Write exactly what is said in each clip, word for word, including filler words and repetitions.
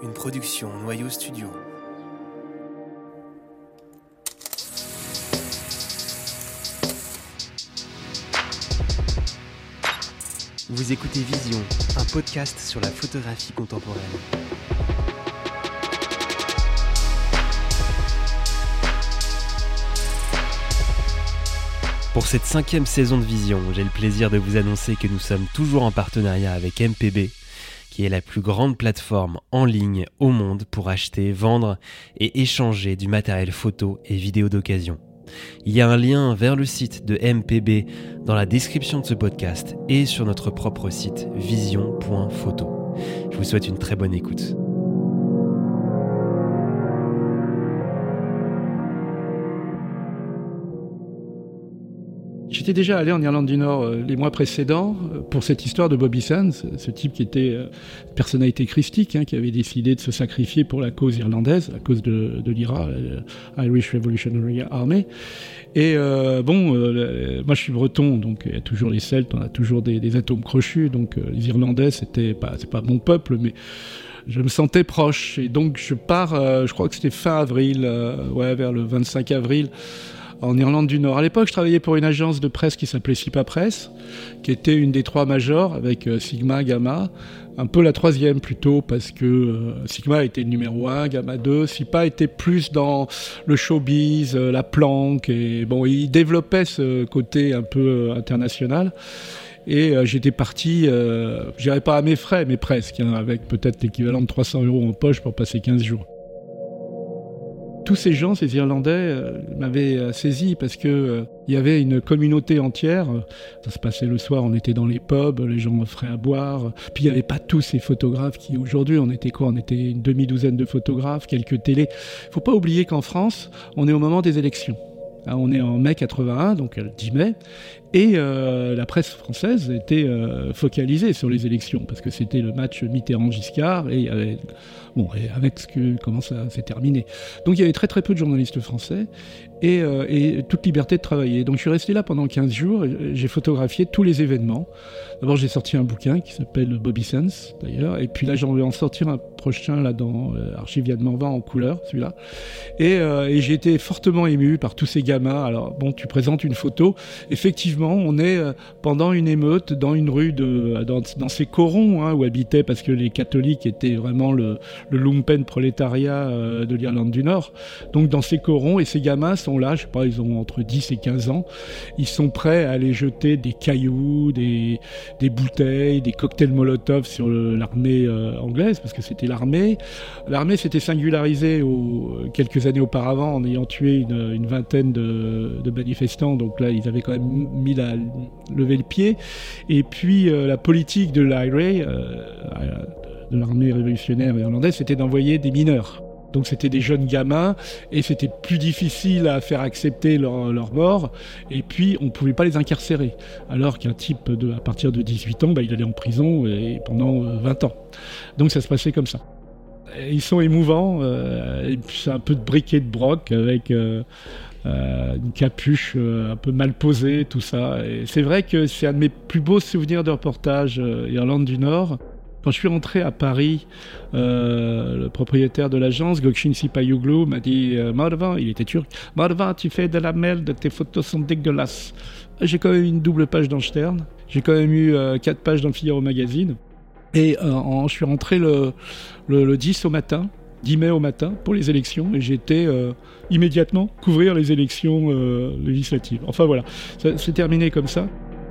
une production Noyau Studio. Vous écoutez Vision, un podcast sur la photographie contemporaine. Pour cette cinquième saison de Vision, j'ai le plaisir de vous annoncer que nous sommes toujours en partenariat avec M P B, qui est la plus grande plateforme en ligne au monde pour acheter, vendre et échanger du matériel photo et vidéo d'occasion. Il y a un lien vers le site de M P B dans la description de ce podcast et sur notre propre site vision point photo. Je vous souhaite une très bonne écoute. J'étais déjà allé en Irlande du Nord euh, les mois précédents euh, pour cette histoire de Bobby Sands, ce type qui était euh, personnalité christique, hein, qui avait décidé de se sacrifier pour la cause irlandaise, la cause de, de l'I R A, l'Irish Revolutionary Army. Et euh, bon, euh, le, moi je suis breton, donc il y a toujours les Celtes, on a toujours des, des atomes crochus, donc euh, les Irlandais, c'était pas, c'est pas mon peuple, mais je me sentais proche. Et donc je pars, euh, je crois que c'était fin avril, euh, ouais, vers le vingt-cinq avril, en Irlande du Nord. À l'époque, je travaillais pour une agence de presse qui s'appelait SIPA Press, qui était une des trois majors avec euh, Sigma, Gamma, un peu la troisième plutôt, parce que euh, Sigma était le numéro un, Gamma deux, SIPA était plus dans le showbiz, euh, la planque, et bon, il développait ce côté un peu euh, international. Et euh, j'étais parti, euh, je dirais pas à mes frais, mais presque, hein, avec peut-être l'équivalent de trois cents euros en poche pour passer quinze jours. Tous ces gens, ces Irlandais, euh, m'avaient euh, saisi parce que euh, il y avait une communauté entière. Ça se passait le soir, on était dans les pubs, les gens offraient à boire. Puis il n'y avait pas tous ces photographes qui, aujourd'hui, on était quoi ? On était une demi-douzaine de photographes, quelques télés. Il ne faut pas oublier qu'en France, on est au moment des élections. Hein, on est en mai quatre-vingt-un, donc le dix mai, et euh, la presse française était euh, focalisée sur les élections, parce que c'était le match Mitterrand-Giscard, et, euh, bon, et avec ce que, comment ça s'est terminé. Donc il y avait très très peu de journalistes français, et, euh, et toute liberté de travailler. Donc je suis resté là pendant quinze jours, et j'ai photographié tous les événements. D'abord j'ai sorti un bouquin qui s'appelle Bobby Sands, d'ailleurs, et puis là j'en vais en sortir un prochain, là, dans euh, Archives Yann Morvan, en couleur, celui-là. Et, euh, et j'ai été fortement ému par tous ces gamins. Alors bon, tu présentes une photo, effectivement, on est euh, pendant une émeute dans une rue, de, dans, dans ces corons, hein, où habitaient, parce que les catholiques étaient vraiment le, le lumpen prolétariat euh, de l'Irlande du Nord. Donc dans ces corons, et ces gamins sont là, je sais pas, ils ont entre dix et quinze ans, ils sont prêts à aller jeter des cailloux, des, des bouteilles, des cocktails Molotov sur le, l'armée euh, anglaise, parce que c'était l'armée. L'armée s'était singularisée au, quelques années auparavant en ayant tué une, une vingtaine de, de manifestants, donc là ils avaient quand même mis la, levé le pied. Et puis euh, la politique de l'I R A, euh, de l'armée révolutionnaire irlandaise, c'était d'envoyer des mineurs. Donc c'était des jeunes gamins, et c'était plus difficile à faire accepter leur, leur mort, et puis on ne pouvait pas les incarcérer, alors qu'un type de, à partir de dix-huit ans, bah, il allait en prison et pendant vingt ans. Donc ça se passait comme ça. Ils sont émouvants, euh, et c'est un peu de briquet de broc avec euh, euh, une capuche euh, un peu mal posée, tout ça. Et c'est vrai que c'est un de mes plus beaux souvenirs de reportage euh, Irlande du Nord. Quand je suis rentré à Paris, euh, le propriétaire de l'agence, Gökçin Sipayoglu, m'a dit euh, « Marwan », il était turc, « Marwan, tu fais de la merde, tes photos sont dégueulasses ». J'ai quand même eu une double page dans Stern, j'ai quand même eu euh, quatre pages dans Figaro Magazine. Et euh, en, je suis rentré le, le, le dix au matin, dix mai au matin, pour les élections, et j'ai été euh, immédiatement couvrir les élections euh, législatives. Enfin voilà, ça s'est terminé comme ça.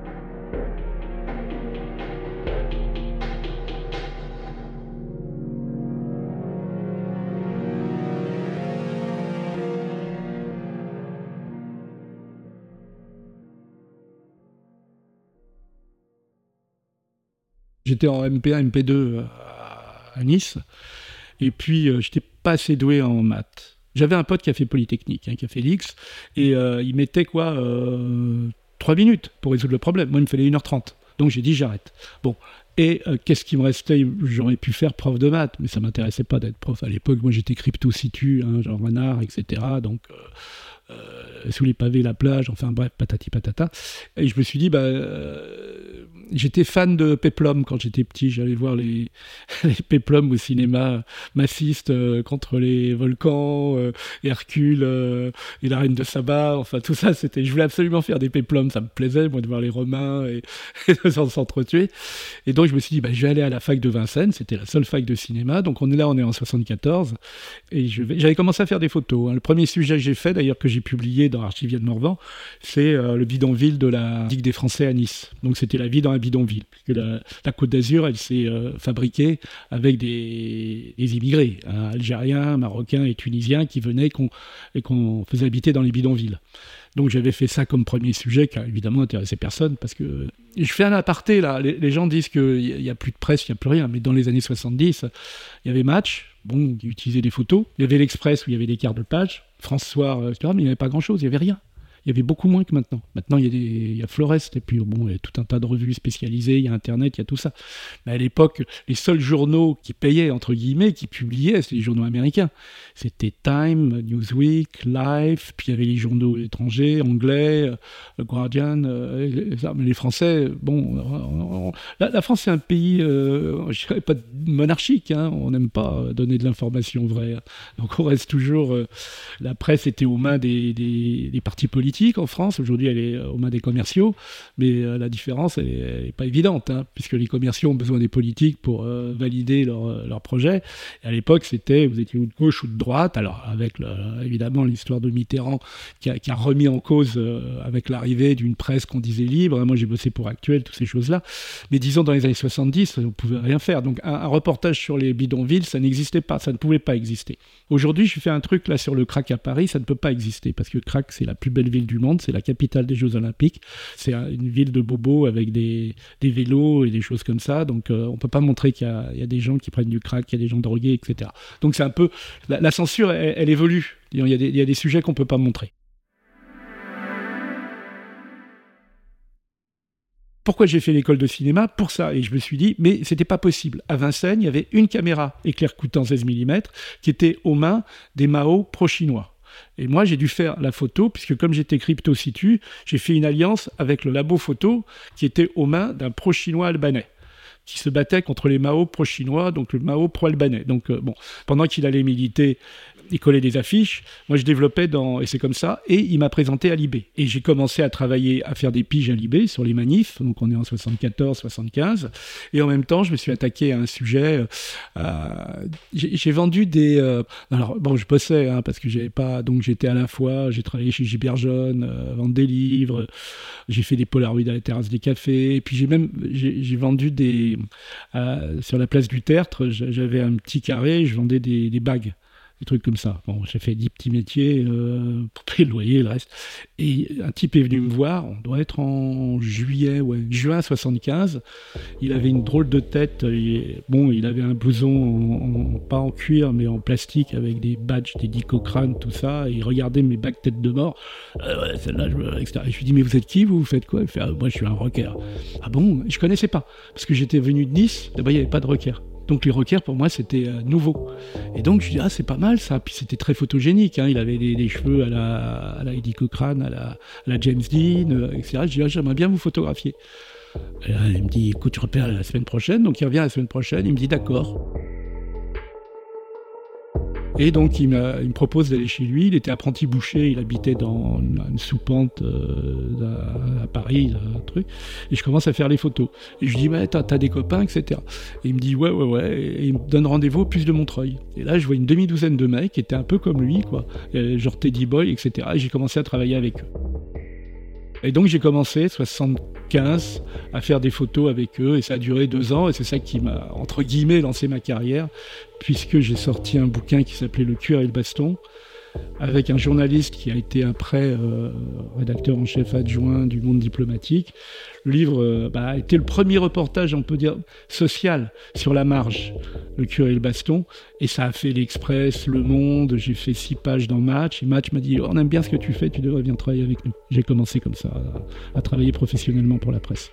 J'étais en M P un, M P deux à Nice, et puis euh, j'étais pas assez doué en maths. J'avais un pote qui a fait Polytechnique, hein, qui a fait l'I X, et euh, il mettait quoi, euh, trois minutes pour résoudre le problème. Moi, il me fallait une heure trente. Donc j'ai dit j'arrête. Bon, et euh, qu'est-ce qui me restait ? J'aurais pu faire prof de maths, mais ça m'intéressait pas d'être prof à l'époque. Moi, j'étais crypto-situ, hein, genre renard, et cetera. Donc euh, euh, sous les pavés, la plage, enfin bref, patati patata. Et je me suis dit, bah, euh, j'étais fan de Péplum quand j'étais petit. J'allais voir les, les Péplum au cinéma, massiste euh, contre les volcans, euh, Hercule euh, et la reine de Saba. Enfin, tout ça, c'était. Je voulais absolument faire des Péplum. Ça me plaisait, moi, de voir les Romains et, et de s'entretuer. Et donc, je me suis dit, bah, je vais aller à la fac de Vincennes. C'était la seule fac de cinéma. Donc, on est là, on est en soixante-quatorze. Et je vais... j'avais commencé à faire des photos. Hein. Le premier sujet que j'ai fait, d'ailleurs, que j'ai publié dans Archivia de Morvan, c'est euh, le bidonville de la digue des Français à Nice. Donc, c'était la vie dans un bidonville. Parce que la, la Côte d'Azur, elle s'est euh, fabriquée avec des, des immigrés, hein, algériens, marocains et tunisiens qui venaient qu'on, et qu'on faisait habiter dans les bidonvilles. Donc j'avais fait ça comme premier sujet qui a évidemment intéressé personne parce que je fais un aparté là, les, les gens disent qu'il n'y a plus de presse, il n'y a plus rien, mais dans les années soixante-dix, il y avait Match, bon, qui utilisait des photos, il y avait l'Express où il y avait des quarts de page, France Soir, et cetera, mais il n'y avait pas grand chose, il n'y avait rien. Il y avait beaucoup moins que maintenant. Maintenant, il y a, des, il y a Florest, et puis bon, il y a tout un tas de revues spécialisées, il y a Internet, il y a tout ça. Mais à l'époque, les seuls journaux qui payaient, entre guillemets, qui publiaient, c'était les journaux américains. C'était Time, Newsweek, Life, puis il y avait les journaux étrangers, anglais, euh, Guardian, euh, mais les Français, bon... On, on, la, la France, c'est un pays, euh, je dirais pas monarchique, hein, on n'aime pas donner de l'information vraie. Donc on reste toujours... Euh, la presse était aux mains des, des, des partis politiques, en France. Aujourd'hui, elle est aux mains des commerciaux, mais euh, la différence, elle n'est pas évidente, hein, puisque les commerciaux ont besoin des politiques pour euh, valider leurs leur projets. Et à l'époque, c'était, vous étiez ou de gauche ou de droite, alors avec le, évidemment l'histoire de Mitterrand qui a, qui a remis en cause euh, avec l'arrivée d'une presse qu'on disait libre. Moi, j'ai bossé pour Actuel, toutes ces choses-là. Mais disons, dans les années soixante-dix, on ne pouvait rien faire. Donc, un, un reportage sur les bidonvilles, ça n'existait pas, ça ne pouvait pas exister. Aujourd'hui, je fais un truc là sur le crack à Paris, ça ne peut pas exister, parce que crack, c'est la plus belle ville du monde, c'est la capitale des Jeux Olympiques, c'est une ville de bobos avec des, des vélos et des choses comme ça, donc euh, on peut pas montrer qu'il y a, il y a des gens qui prennent du crack, qu'il y a des gens drogués, et cetera. Donc c'est un peu... La, la censure, elle, elle évolue, il y, a des, il y a des sujets qu'on peut pas montrer. Pourquoi j'ai fait l'école de cinéma? Pour ça. Et je me suis dit, mais c'était pas possible. À Vincennes, il y avait une caméra éclair coûtant seize millimètres qui était aux mains des Mao pro-chinois. Et moi, j'ai dû faire la photo, puisque comme j'étais crypto-situ, j'ai fait une alliance avec le labo photo qui était aux mains d'un pro-chinois albanais, qui se battait contre les Mao pro-chinois, donc le Mao pro-albanais. Donc, euh, bon, pendant qu'il allait militer, il collait des affiches. Moi, je développais dans... Et c'est comme ça. Et il m'a présenté à l'I B. Et j'ai commencé à travailler, à faire des piges à l'I B sur les manifs. Donc, on est en soixante-quatorze soixante-quinze. Et en même temps, je me suis attaqué à un sujet... Euh, j'ai, j'ai vendu des... Euh, alors, bon, je bossais, hein, parce que j'avais pas... Donc, j'étais à la fois... J'ai travaillé chez Gilbert Jeune, euh, vendre des livres. J'ai fait des polaroids à la terrasse des cafés. Et puis, j'ai même... J'ai, j'ai vendu des... Euh, sur la place du Tertre, j'avais un petit carré, je vendais des, des bagues. Des trucs comme ça. Bon, j'ai fait dix petits métiers euh, pour payer le loyer, le reste. Et un type est venu me voir, on doit être en juillet, ouais, juin soixante-quinze. Il avait une drôle de tête. Et, bon, il avait un blouson, en, en, pas en cuir, mais en plastique, avec des badges, des Dick Cochrane, tout ça. Et il regardait mes bagues tête de mort. Euh, ouais, celle-là, je, et cetera. Et je lui dis, mais vous êtes qui, vous, vous faites quoi? Il fait, ah, moi, je suis un rocker. Ah bon? Je connaissais pas. Parce que j'étais venu de Nice, là-bas, il n'y avait pas de rocker. Donc les rockers, pour moi, c'était euh, nouveau. Et donc, je dis, ah, c'est pas mal, ça. Puis c'était très photogénique, hein. Il avait des, des cheveux à la, à la Eddie Cochrane, à la, à la James Dean, euh, et cetera. Je dis, ah, j'aimerais bien vous photographier. Et là, il me dit, écoute, je repère la semaine prochaine. Donc il revient la semaine prochaine, il me dit, d'accord. Et donc, il, m'a, il me propose d'aller chez lui. Il était apprenti boucher, il habitait dans une, une sous-pente euh, à, à Paris, un truc. Et je commence à faire les photos. Et je lui dis, ouais, t'as, t'as des copains, et cetera. Et il me dit, ouais, ouais, ouais. Et il me donne rendez-vous au Puce de Montreuil. Et là, je vois une demi-douzaine de mecs qui étaient un peu comme lui, quoi. Et genre Teddy Boy, et cetera. Et j'ai commencé à travailler avec eux. Et donc j'ai commencé, soixante-quinze, à faire des photos avec eux, et ça a duré deux ans, et c'est ça qui m'a, entre guillemets, lancé ma carrière, puisque j'ai sorti un bouquin qui s'appelait Le cuir et le baston, avec un journaliste qui a été après euh, rédacteur en chef adjoint du Monde diplomatique. Le livre euh, bah, a été le premier reportage, on peut dire, social sur la marge, Le cuir et le baston, et ça a fait l'Express, Le Monde, j'ai fait six pages dans Match, et Match m'a dit, oh, on aime bien ce que tu fais, tu devrais bien travailler avec nous. J'ai commencé comme ça, à, à travailler professionnellement pour la presse.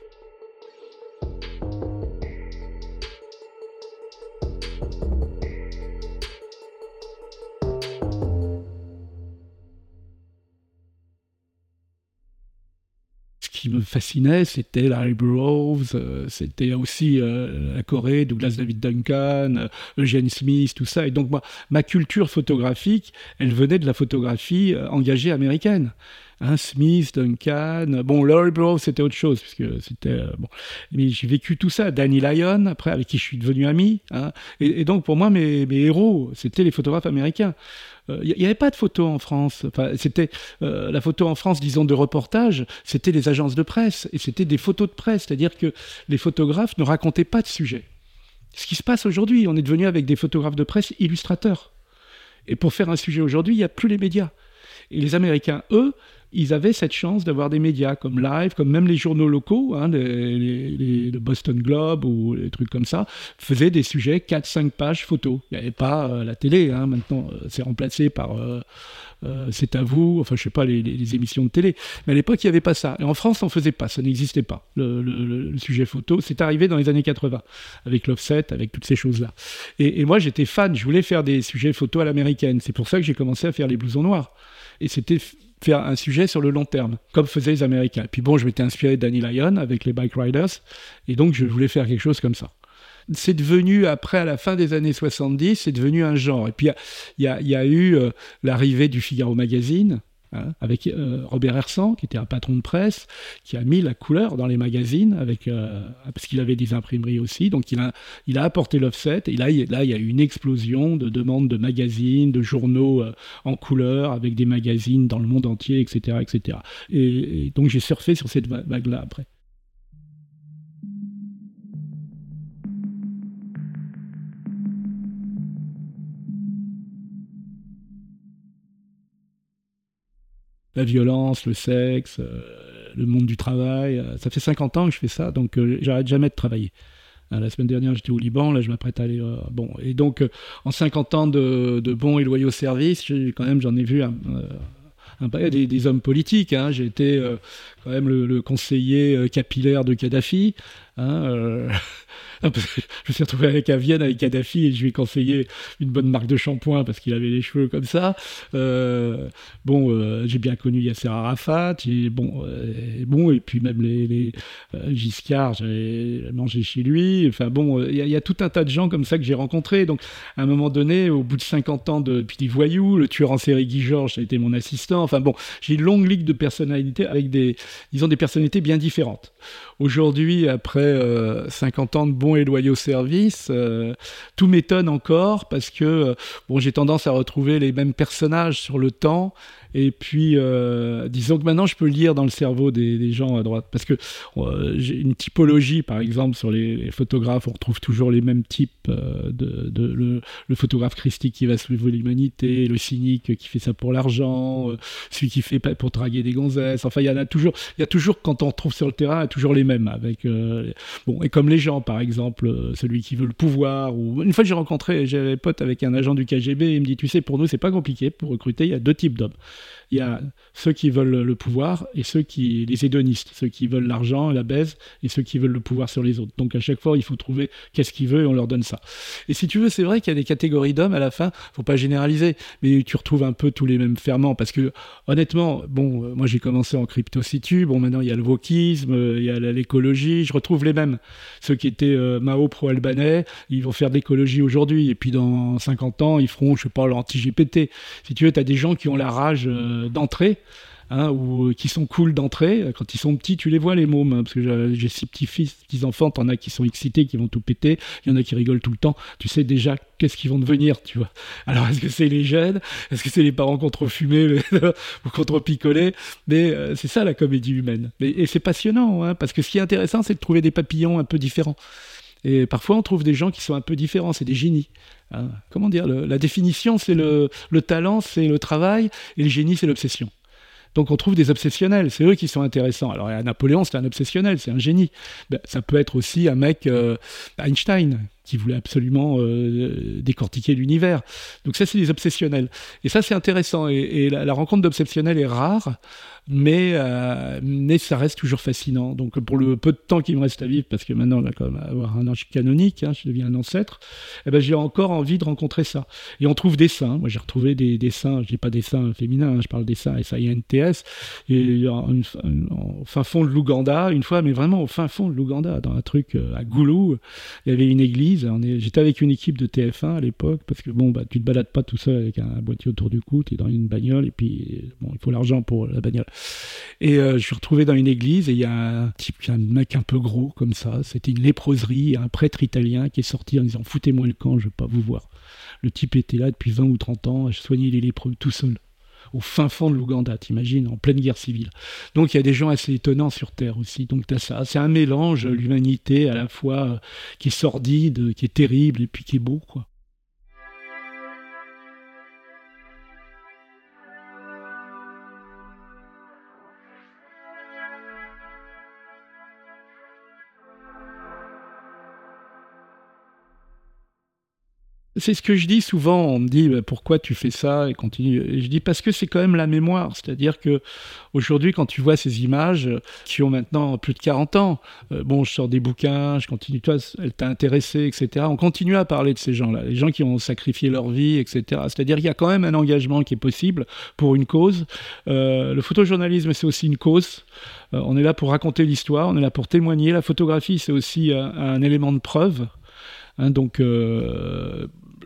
Ce qui qui me fascinaient, c'était Larry Burroughs, euh, c'était aussi euh, la Corée, Douglas David Duncan, euh, Eugene Smith, tout ça. Et donc, moi, ma culture photographique, elle venait de la photographie euh, engagée américaine. Hein, Smith, Duncan, bon, Larry Burroughs, c'était autre chose, puisque c'était, euh, bon, mais j'ai vécu tout ça, Danny Lyon, après, avec qui je suis devenu ami, hein, et, et donc, pour moi, mes, mes héros, c'était les photographes américains. Il euh, n'y avait pas de photos en France, enfin, c'était, euh, la photo en France, disons, de reportage, c'était les agences de presse, et c'était des photos de presse, c'est-à-dire que les photographes ne racontaient pas de sujet. Ce qui se passe aujourd'hui, on est devenu avec des photographes de presse illustrateurs. Et pour faire un sujet aujourd'hui, il n'y a plus les médias. Et les Américains, eux, ils avaient cette chance d'avoir des médias comme Live, comme même les journaux locaux, hein, les, les, les, le Boston Globe ou les trucs comme ça, faisaient des sujets quatre cinq pages photos. Il n'y avait pas euh, la télé, hein, maintenant euh, c'est remplacé par euh, euh, C'est à vous, enfin je sais pas, les, les, les émissions de télé. Mais à l'époque, il n'y avait pas ça. Et en France, on ne faisait pas, ça n'existait pas. Le, le, le sujet photo, c'est arrivé dans les années quatre-vingts, avec l'offset, avec toutes ces choses-là. Et, et moi, j'étais fan, je voulais faire des sujets photos à l'américaine. C'est pour ça que j'ai commencé à faire les blousons noirs. Et c'était faire un sujet sur le long terme, comme faisaient les Américains. Puis bon, je m'étais inspiré de Danny Lyon avec les Bike Riders, et donc je voulais faire quelque chose comme ça. C'est devenu, après, à la fin des années soixante-dix, c'est devenu un genre. Et puis il y, y, y a eu euh, l'arrivée du Figaro Magazine, hein, avec euh, Robert Hersant, qui était un patron de presse, qui a mis la couleur dans les magazines, avec, euh, parce qu'il avait des imprimeries aussi, donc il a, il a apporté l'offset, et là, il, là, il y a eu une explosion de demandes de magazines, de journaux euh, en couleur, avec des magazines dans le monde entier, et cetera, et cetera. Et, et donc j'ai surfé sur cette vague-là après. La violence, le sexe, euh, le monde du travail. Euh, ça fait cinquante ans que je fais ça, donc euh, j'arrête jamais de travailler. Euh, la semaine dernière, j'étais au Liban, là je m'apprête à aller... Euh, bon, et donc, euh, en cinquante ans de, de bons et loyaux services, j'ai, quand même, j'en ai vu un... Euh, un des, des hommes politiques. Hein. J'ai été euh, quand même le, le conseiller euh, capillaire de Kadhafi. Hein, euh... je me suis retrouvé avec à Vienne avec Kadhafi et je lui ai conseillé une bonne marque de shampoing parce qu'il avait les cheveux comme ça. Euh, bon, euh, j'ai bien connu Yasser Arafat. Et bon, euh, et bon, et puis même les, les euh, Giscard, j'ai mangé chez lui. Enfin bon, il y, y a tout un tas de gens comme ça que j'ai rencontrés. Donc, à un moment donné, au bout de cinquante ans de puis des voyous, le tueur en série Guy Georges a été mon assistant. Enfin bon, j'ai une longue ligue de personnalités avec des, disons, des personnalités bien différentes. Aujourd'hui, après euh, cinquante ans de bons et loyaux services, euh, tout m'étonne encore parce que euh, bon, j'ai tendance à retrouver les mêmes personnages sur le temps. Et puis, euh, disons que maintenant, je peux lire dans le cerveau des, des gens à droite. Parce que euh, j'ai une typologie, par exemple, sur les, les photographes, on retrouve toujours les mêmes types. Euh, de, de, le, le photographe christique qui va sauver l'humanité, le cynique qui fait ça pour l'argent, euh, celui qui fait pour draguer des gonzesses. Enfin, il y en a toujours, il y a toujours, quand on retrouve sur le terrain, il y a toujours les mêmes. Avec, euh, bon, et comme les gens, par exemple, euh, celui qui veut le pouvoir. Ou... Une fois, j'ai rencontré, j'avais pote avec un agent du K G B, et il me dit, tu sais, pour nous, c'est pas compliqué. Pour recruter, il y a deux types d'hommes. Il y a ceux qui veulent le pouvoir et ceux qui, les hédonistes, ceux qui veulent l'argent, la baise, et ceux qui veulent le pouvoir sur les autres. Donc à chaque fois, il faut trouver qu'est-ce qu'il veut et on leur donne ça. Et si tu veux, c'est vrai qu'il y a des catégories d'hommes à la fin, faut pas généraliser, mais tu retrouves un peu tous les mêmes ferments parce que honnêtement, bon, euh, moi j'ai commencé en crypto-situ, bon maintenant il y a le wokisme, euh, il y a l'écologie, je retrouve les mêmes. Ceux qui étaient euh, Mao pro-albanais, ils vont faire de l'écologie aujourd'hui et puis dans cinquante ans, ils feront, je sais pas, l'anti-G P T. Si tu veux, tu as des gens qui ont la rage euh, d'entrée, hein, ou euh, qui sont cool d'entrée. Quand ils sont petits, tu les vois, les mômes, hein, parce que j'ai, j'ai six petits-fils, petits-enfants, t'en as qui sont excités, qui vont tout péter, il y en a qui rigolent tout le temps. Tu sais déjà qu'est-ce qu'ils vont devenir, tu vois. Alors, est-ce que c'est les jeunes? Est-ce que c'est les parents contre fumé ou contre picoler? Mais euh, c'est ça, la comédie humaine. Mais, et c'est passionnant, hein, parce que ce qui est intéressant, c'est de trouver des papillons un peu différents. Et parfois, on trouve des gens qui sont un peu différents, c'est des génies. Hein. Comment dire, le, la définition, c'est le, le talent, c'est le travail, et le génie, c'est l'obsession. Donc on trouve des obsessionnels, c'est eux qui sont intéressants. Alors Napoléon, c'est un obsessionnel, c'est un génie. Ben, ça peut être aussi un mec, euh, Einstein, qui voulait absolument euh, décortiquer l'univers. Donc ça, c'est des obsessionnels. Et ça, c'est intéressant. Et, et la, la rencontre d'obsessionnels est rare, mais, euh, mais ça reste toujours fascinant. Donc pour le peu de temps qu'il me reste à vivre, parce que maintenant, on va quand même avoir un âge canonique, hein, je deviens un ancêtre, eh ben, j'ai encore envie de rencontrer ça. Et on trouve des saints. Moi, j'ai retrouvé des, des saints, je dis pas des saints féminins, hein, je parle des saints S A I N T S, et en, en, au fin fond de l'Ouganda, une fois, mais vraiment au fin fond de l'Ouganda, dans un truc euh, à Goulou, il y avait une église. On est, j'étais avec une équipe de T F un à l'époque, parce que bon, bah, tu te balades pas tout seul avec un boîtier autour du cou, tu es dans une bagnole, et puis bon, il faut l'argent pour la bagnole. Et euh, je suis retrouvé dans une église, et il y a un type, un mec un peu gros comme ça, c'était une léproserie, un prêtre italien qui est sorti en disant « Foutez-moi le camp, je veux pas vous voir ». Le type était là depuis vingt ou trente ans, je soignais les lépreux tout seul, au fin fond de l'Ouganda, t'imagines, en pleine guerre civile. Donc il y a des gens assez étonnants sur Terre aussi. Donc t'as ça, c'est un mélange, l'humanité à la fois euh, qui est sordide, qui est terrible, et puis qui est beau, quoi. C'est ce que je dis souvent, on me dit bah, pourquoi tu fais ça et continue. Et je dis parce que c'est quand même la mémoire, c'est-à-dire que aujourd'hui quand tu vois ces images qui ont maintenant plus de quarante ans, euh, bon je sors des bouquins, je continue, toi elle t'a intéressé, et cetera. On continue à parler de ces gens-là, les gens qui ont sacrifié leur vie, et cetera. C'est-à-dire qu'il y a quand même un engagement qui est possible pour une cause. Euh, le photojournalisme c'est aussi une cause. Euh, on est là pour raconter l'histoire, on est là pour témoigner. La photographie c'est aussi un, un élément de preuve. Hein, donc euh,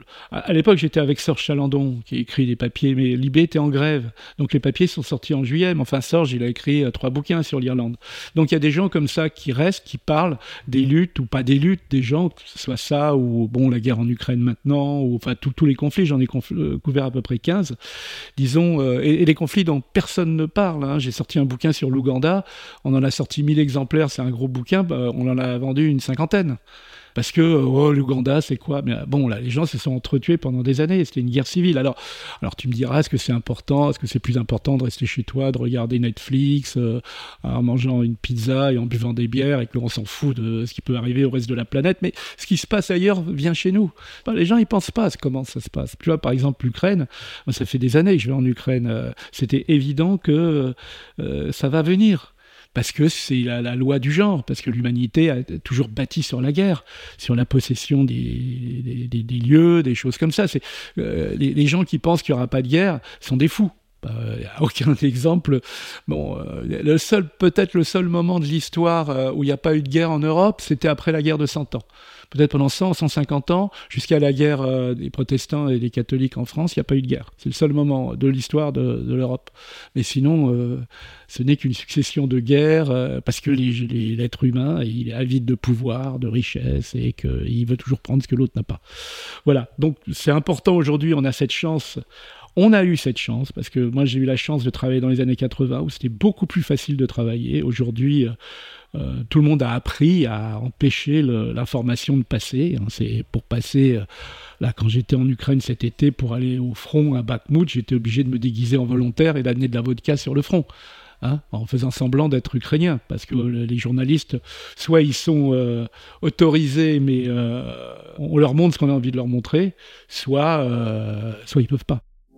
à l'époque, j'étais avec Serge Chalandon, qui écrit des papiers, mais Libé était en grève. Donc les papiers sont sortis en juillet, mais enfin Serge, il a écrit euh, trois bouquins sur l'Irlande. Donc il y a des gens comme ça qui restent, qui parlent des luttes ou pas des luttes, des gens, que ce soit ça ou bon la guerre en Ukraine maintenant, ou enfin tous les conflits, j'en ai conf- euh, couvert à peu près quinze, disons, euh, et, et les conflits dont personne ne parle. Hein. J'ai sorti un bouquin sur l'Ouganda, on en a sorti mille exemplaires, c'est un gros bouquin, bah, on en a vendu une cinquantaine. Parce que, oh, l'Ouganda, c'est quoi ? Mais bon, là, les gens se sont entretués pendant des années. C'était une guerre civile. Alors, alors tu me diras, est-ce que c'est important ? Est-ce que c'est plus important de rester chez toi, de regarder Netflix, euh, en mangeant une pizza et en buvant des bières, et qu'on s'en fout de ce qui peut arriver au reste de la planète ? Mais ce qui se passe ailleurs vient chez nous. Enfin, les gens, ils pensent pas à comment ça se passe. Tu vois, par exemple, l'Ukraine, moi, ça fait des années que je vais en Ukraine. Euh, c'était évident que euh, ça va venir. Parce que c'est la, la loi du genre, parce que l'humanité a toujours bâti sur la guerre, sur la possession des, des, des, des lieux, des choses comme ça. C'est, euh, les, les gens qui pensent qu'il n'y aura pas de guerre sont des fous. Il euh, n'y a aucun exemple. Bon, euh, le seul, peut-être le seul moment de l'histoire euh, où il n'y a pas eu de guerre en Europe, c'était après la guerre de cent ans. Peut-être pendant cent, cent cinquante ans, jusqu'à la guerre euh, des protestants et des catholiques en France, il n'y a pas eu de guerre. C'est le seul moment de l'histoire de, de l'Europe. Mais sinon, euh, ce n'est qu'une succession de guerres, euh, parce que les, les, l'être humain, il est avide de pouvoir, de richesse, et qu'il veut toujours prendre ce que l'autre n'a pas. Voilà, donc c'est important aujourd'hui, on a cette chance. On a eu cette chance, parce que moi j'ai eu la chance de travailler dans les années quatre-vingts, où c'était beaucoup plus facile de travailler. Aujourd'hui, euh, tout le monde a appris à empêcher le, l'information de passer. Hein. C'est pour passer, euh, là quand j'étais en Ukraine cet été, pour aller au front à Bakhmout, j'étais obligé de me déguiser en volontaire et d'amener de la vodka sur le front. Hein, en faisant semblant d'être ukrainien, parce que euh, les journalistes, soit ils sont euh, autorisés, mais euh, on leur montre ce qu'on a envie de leur montrer, soit, euh, soit ils peuvent pas.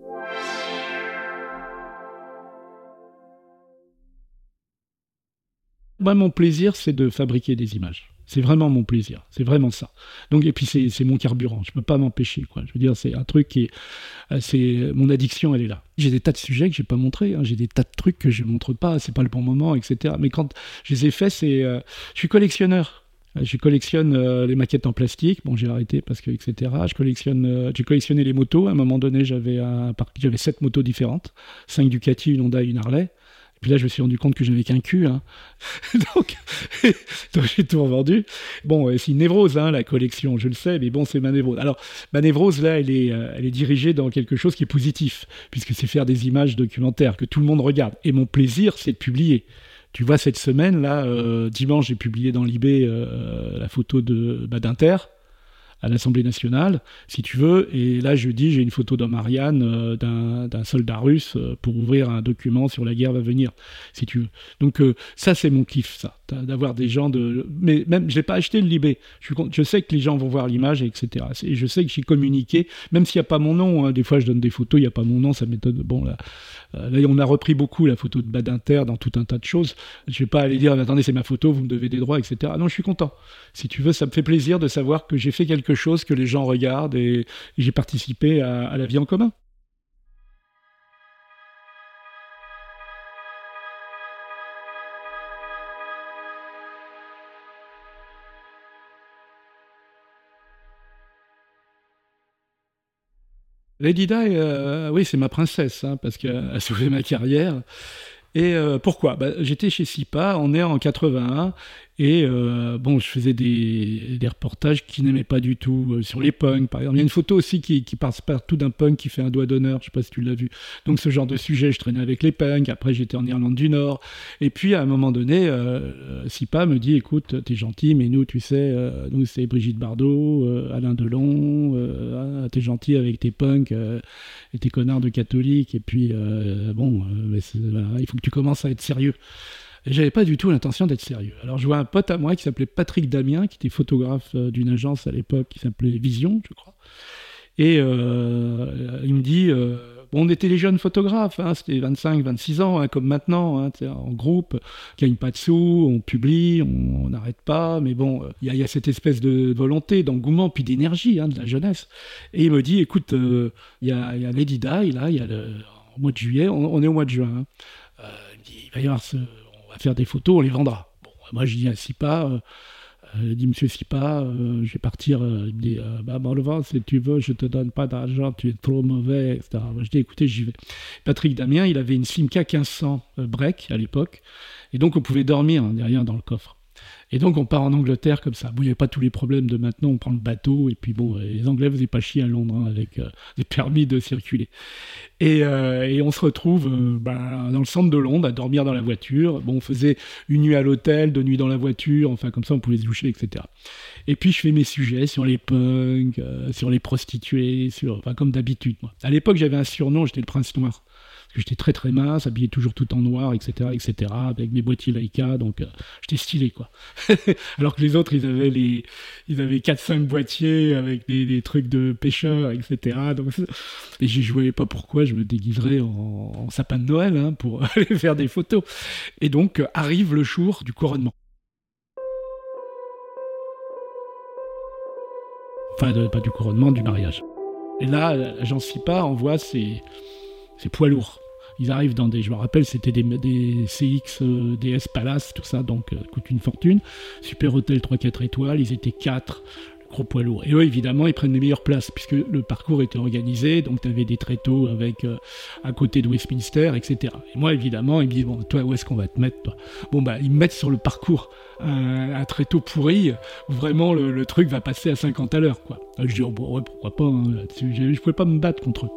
Moi, mon plaisir, c'est de fabriquer des images. C'est vraiment mon plaisir. C'est vraiment ça. Donc, et puis, c'est, c'est mon carburant. Je peux pas m'empêcher, quoi. Je veux dire, c'est un truc qui est, c'est, mon addiction, elle est là. J'ai des tas de sujets que j'ai pas montrés. Hein. J'ai des tas de trucs que je montre pas. C'est pas le bon moment, et cetera. Mais quand je les ai faits, c'est, euh, je suis collectionneur. Je collectionne euh, les maquettes en plastique. Bon, j'ai arrêté parce que, et cetera. Je collectionne, euh, j'ai collectionné les motos. À un moment donné, j'avais un, j'avais sept motos différentes. Cinq Ducati, une Honda, une Harley. Et puis là, je me suis rendu compte que j'avais qu'un cul. Hein. donc, donc, j'ai tout revendu. Bon, c'est une névrose, hein, la collection, je le sais, mais bon, c'est ma névrose. Alors, ma névrose, là, elle est, euh, elle est dirigée dans quelque chose qui est positif, puisque c'est faire des images documentaires que tout le monde regarde. Et mon plaisir, c'est de publier. Tu vois, cette semaine, là, euh, dimanche, j'ai publié dans Libé euh, la photo de, bah, d'Inter. à l'Assemblée nationale, si tu veux, et là je dis j'ai une photo de Marianne euh, d'un, d'un soldat russe euh, pour ouvrir un document sur la guerre à venir, si tu veux. Donc euh, ça c'est mon kiff, ça, d'avoir des gens de... Mais même, je n'ai pas acheté le Libé, je, suis... je sais que les gens vont voir l'image, et cetera. Et je sais que j'ai communiqué, même s'il n'y a pas mon nom, hein. Des fois je donne des photos, il n'y a pas mon nom, ça m'étonne. Bon là, euh, là on a repris beaucoup la photo de Badinter dans tout un tas de choses. Je ne vais pas aller dire, attendez c'est ma photo, vous me devez des droits, et cetera. Non, je suis content. Si tu veux, ça me fait plaisir de savoir que j'ai fait quelque chose que les gens regardent et, et j'ai participé à, à la vie en commun. Lady Di, euh, oui, c'est ma princesse, hein, parce qu'elle a sauvé ma carrière. Et euh, pourquoi bah, j'étais chez SIPA, on est en quatre-vingt-un, et euh, bon, je faisais des, des reportages qui n'aimaient pas du tout, euh, sur les punks, par exemple. Il y a une photo aussi qui, qui passe partout d'un punk qui fait un doigt d'honneur, je sais pas si tu l'as vu. Donc ce genre de sujet, je traînais avec les punks, après j'étais en Irlande du Nord, et puis à un moment donné, euh, SIPA me dit, écoute, t'es gentil, mais nous, tu sais, euh, nous c'est Brigitte Bardot, euh, Alain Delon, euh, ah, t'es gentil avec tes punks, euh, et tes connards de catholiques, et puis, euh, bon, euh, mais voilà, il faut que tu commences à être sérieux. Et j'avais pas du tout l'intention d'être sérieux. Alors je vois un pote à moi qui s'appelait Patrick Damien, qui était photographe euh, d'une agence à l'époque qui s'appelait Vision, je crois. Et euh, il me dit, euh, bon, on était les jeunes photographes, hein, c'était vingt-cinq, vingt-six ans, hein, comme maintenant, hein, en groupe, on gagne pas de sous, on publie, on n'arrête pas, mais bon, il y, y a cette espèce de volonté, d'engouement, puis d'énergie, hein, de la jeunesse. Et il me dit, écoute, il euh, y, a, y a Lady Di, là, il y a le, au mois de juillet, on, on est au mois de juin, hein. euh, il me dit, il va y avoir ce... faire des photos, on les vendra. Bon, moi je dis à SIPA, euh, euh, dit monsieur SIPA, euh, je vais partir, euh, il me dit, euh, bah bon, le vent, si tu veux, je te donne pas d'argent, tu es trop mauvais, et cetera. Moi je dis, écoutez, j'y vais. Patrick Damien, il avait une Simca quinze cents euh, break à l'époque, et donc on pouvait dormir hein, derrière dans le coffre. Et donc on part en Angleterre comme ça. Bon, il n'y avait pas tous les problèmes de maintenant, on prend le bateau, et puis bon, les Anglais faisaient pas chier à Londres hein, avec euh, des permis de circuler. Et, euh, et on se retrouve euh, ben, dans le centre de Londres à dormir dans la voiture. Bon, on faisait une nuit à l'hôtel, deux nuits dans la voiture, enfin comme ça on pouvait se doucher, et cetera. Et puis je fais mes sujets sur les punks, euh, sur les prostituées, sur, enfin comme d'habitude. Moi. À l'époque j'avais un surnom, j'étais le prince noir. J'étais très très mince, habillé toujours tout en noir, et cetera, et cetera, avec mes boîtiers Leica, donc euh, j'étais stylé, quoi. Alors que les autres, ils avaient les, ils avaient quatre cinq boîtiers avec des, des trucs de pêcheurs, et cetera. Donc, et je jouais pas pourquoi je me déguiserais en, en sapin de Noël hein, pour aller faire des photos. Et donc euh, arrive le jour du couronnement. Enfin, de, pas du couronnement, du mariage. Et là, l'agence SIPA envoie ses, ses poids lourds. Ils arrivent dans des, je me rappelle, c'était des, des C X, euh, D S Palace, tout ça, donc euh, coûte une fortune. Super hôtel trois quatre étoiles, ils étaient quatre, gros poids lourds. Et eux, évidemment, ils prennent les meilleures places, puisque le parcours était organisé, donc tu avais des tréteaux avec, euh, à côté de Westminster, et cetera. Et moi, évidemment, ils me disent, bon, toi, où est-ce qu'on va te mettre, toi ? Bon, bah, ils me mettent sur le parcours, un, un tréteau pourri, où vraiment le, le truc va passer à cinquante à l'heure, quoi. Alors, je dis, oh, bon, ouais, pourquoi pas, hein, là-dessus, je ne pouvais pas me battre contre eux.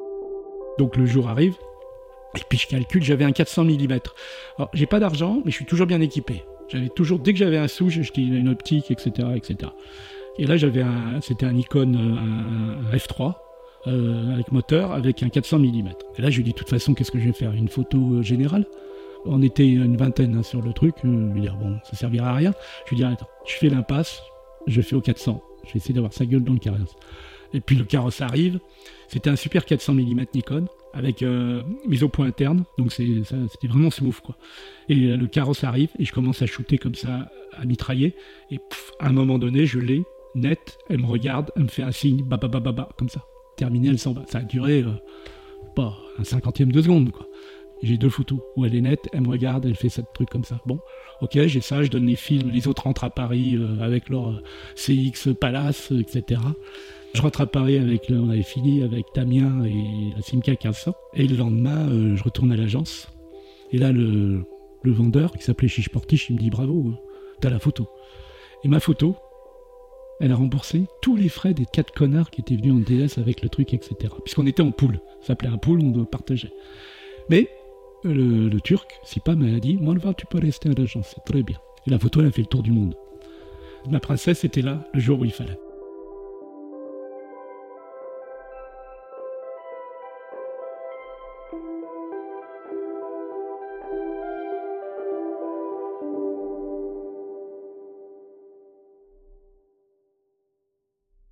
Donc le jour arrive, et puis je calcule, j'avais un quatre cents millimètres. Alors, j'ai pas d'argent, mais je suis toujours bien équipé. J'avais toujours, dès que j'avais un sou, j'achetais une optique, et cetera, et cetera. Et là, j'avais un, c'était un Nikon, un, un F trois, euh, avec moteur, avec un quatre cents millimètres. Et là, je lui dis, de toute façon, qu'est-ce que je vais faire ? Une photo euh, générale ? On était une vingtaine hein, sur le truc. Euh, je lui dis, bon, ça servira à rien. Je lui dis, attends, je fais l'impasse, je fais au quatre cents. Je vais essayer d'avoir sa gueule dans le carrosse. Et puis le carrosse arrive. C'était un super quatre cents millimètres Nikon, avec euh, mise au point interne, donc c'est, ça, c'était vraiment smooth quoi. Et euh, le carrosse arrive et je commence à shooter comme ça, à mitrailler, et pouf, à un moment donné je l'ai, net, elle me regarde, elle me fait un signe, bah bah bah bah bah, comme ça. Terminé, elle s'en va. Ça a duré, euh, pas un cinquantième de seconde quoi. Et j'ai deux photos où elle est nette, elle me regarde, elle fait ce truc comme ça. Bon, ok, j'ai ça, je donne les films, les autres rentrent à Paris euh, avec leur euh, C X Palace, et cetera. Je rentre à Paris avec, on avait fini avec Damien et la Simca quinze cents. Et le lendemain, euh, je retourne à l'agence. Et là, le, le vendeur, qui s'appelait Chiche Portiche, il me dit bravo, t'as la photo. Et ma photo, elle a remboursé tous les frais des quatre connards qui étaient venus en D S avec le truc, et cetera. Puisqu'on était en pool. Ça s'appelait un pool, on partageait. Mais le, le Turc, Sipa, m'a dit moi, le vent, tu peux rester à l'agence, c'est très bien. Et la photo, elle a fait le tour du monde. Ma princesse était là le jour où il fallait.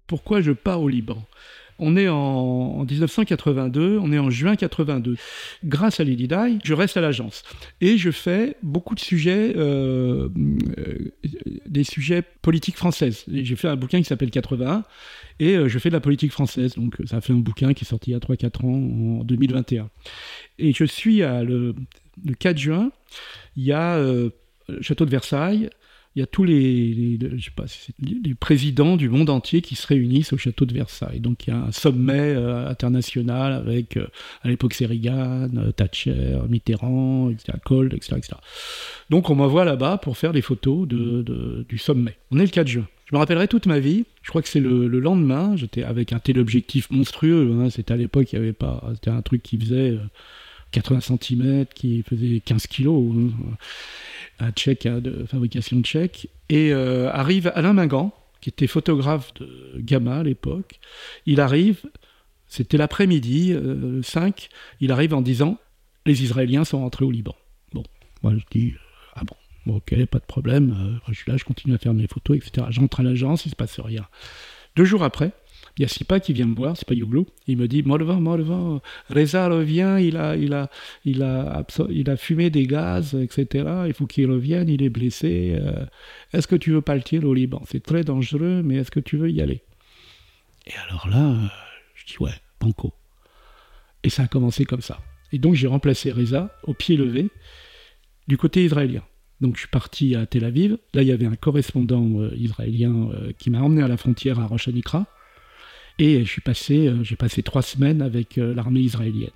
pourquoi je pars au Liban. On est en, en dix-neuf cent quatre-vingt-deux, on est en juin quatre-vingt-deux. Grâce à Lady Di, je reste à l'agence. Et je fais beaucoup de sujets, euh, euh, des sujets politiques françaises. Et j'ai fait un bouquin qui s'appelle quatre-vingt-un, et euh, je fais de la politique française. Donc ça a fait un bouquin qui est sorti il y a trois quatre ans, en deux mille vingt et un. Et je suis à le, le quatre juin, il y a euh, le château de Versailles. Il y a tous les, les, je sais pas, c'est les présidents du monde entier qui se réunissent au château de Versailles. Donc il y a un sommet euh, international avec, euh, à l'époque c'est Reagan, euh, Thatcher, Mitterrand, et cetera, Kohl, et cetera, et cetera. Donc on m'envoie là-bas pour faire des photos de, de, du sommet. On est le quatre juin. Je me rappellerai toute ma vie. Je crois que c'est le, le lendemain. J'étais avec un téléobjectif monstrueux. Hein, c'était à l'époque, il y avait pas, c'était un truc qui faisait euh, quatre-vingts centimètres, qui faisait quinze kilos. Hein, un tchèque, hein, de fabrication tchèque, et euh, arrive Alain Mingan, qui était photographe de Gamma à l'époque. Il arrive, c'était l'après-midi, euh, le cinq, il arrive en disant « Les Israéliens sont rentrés au Liban ». Bon, moi je dis « Ah bon, bon ok, pas de problème, euh, je suis là, je continue à faire mes photos, et cetera » J'entre à l'agence, il ne se passe rien. Deux jours après, il y a Sipa qui vient me voir, c'est pas Youglo, il me dit « Morvan, Morvan, Reza revient, il a, il, a, il, a absor- il a fumé des gaz, et cetera. Il faut qu'il revienne, il est blessé. Euh, est-ce que tu veux partir au Liban? C'est très dangereux, mais est-ce que tu veux y aller ?» Et alors là, euh, je dis « Ouais, banco ». Et ça a commencé comme ça. Et donc j'ai remplacé Reza au pied levé du côté israélien. Donc je suis parti à Tel Aviv. Là, il y avait un correspondant euh, israélien euh, qui m'a emmené à la frontière à Rosh Hanikra. Et je suis passé, euh, j'ai passé trois semaines avec euh, l'armée israélienne.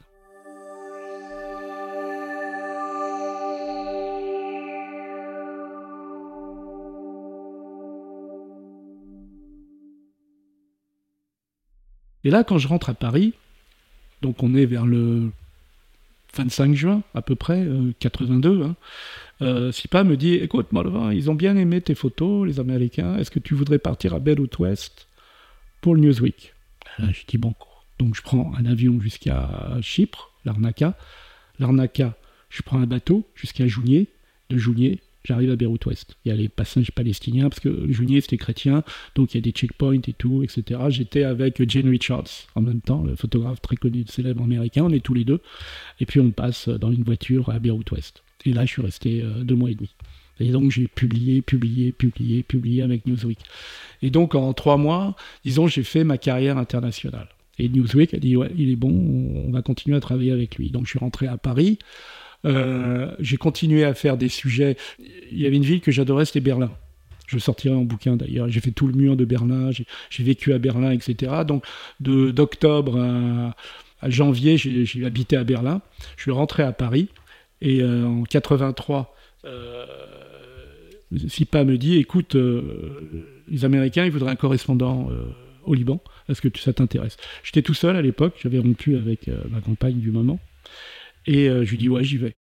Et là, quand je rentre à Paris, donc on est vers le vingt-cinq juin, à peu près, euh, quatre-vingt-deux, hein, euh, Sipa me dit « Écoute, Morvan, ils ont bien aimé tes photos, les Américains, est-ce que tu voudrais partir à Beyrouth Ouest pour le Newsweek ?» Là, je dis banco. Donc, je prends un avion jusqu'à Chypre, Larnaca. Larnaca, je prends un bateau jusqu'à Jounieh. De Jounieh, j'arrive à Beyrouth Ouest. Il y a les passages palestiniens, parce que Jounieh, c'était chrétien, donc il y a des checkpoints et tout, et cetera. J'étais avec Jane Richards, en même temps, le photographe très connu, célèbre américain. On est tous les deux. Et puis, on passe dans une voiture à Beyrouth Ouest. Et là, je suis resté euh, deux mois et demi. Et donc, j'ai publié, publié, publié, publié avec Newsweek. Et donc, en trois mois, disons, j'ai fait ma carrière internationale. Et Newsweek a dit, ouais, il est bon, on va continuer à travailler avec lui. Donc, je suis rentré à Paris. Euh, j'ai continué à faire des sujets. Il y avait une ville que j'adorais, c'était Berlin. Je le sortirai en bouquin, d'ailleurs. J'ai fait tout le mur de Berlin, j'ai, j'ai vécu à Berlin, et cetera. Donc, de, d'octobre à, à janvier, j'ai, j'ai habité à Berlin. Je suis rentré à Paris. Et euh, en quatre-vingt-trois... Euh, Sipa me dit, écoute, euh, les Américains, ils voudraient un correspondant euh, au Liban. Est-ce que ça t'intéresse? J'étais tout seul à l'époque, j'avais rompu avec euh, ma compagne du moment. Et euh, je lui dis, ouais, j'y vais.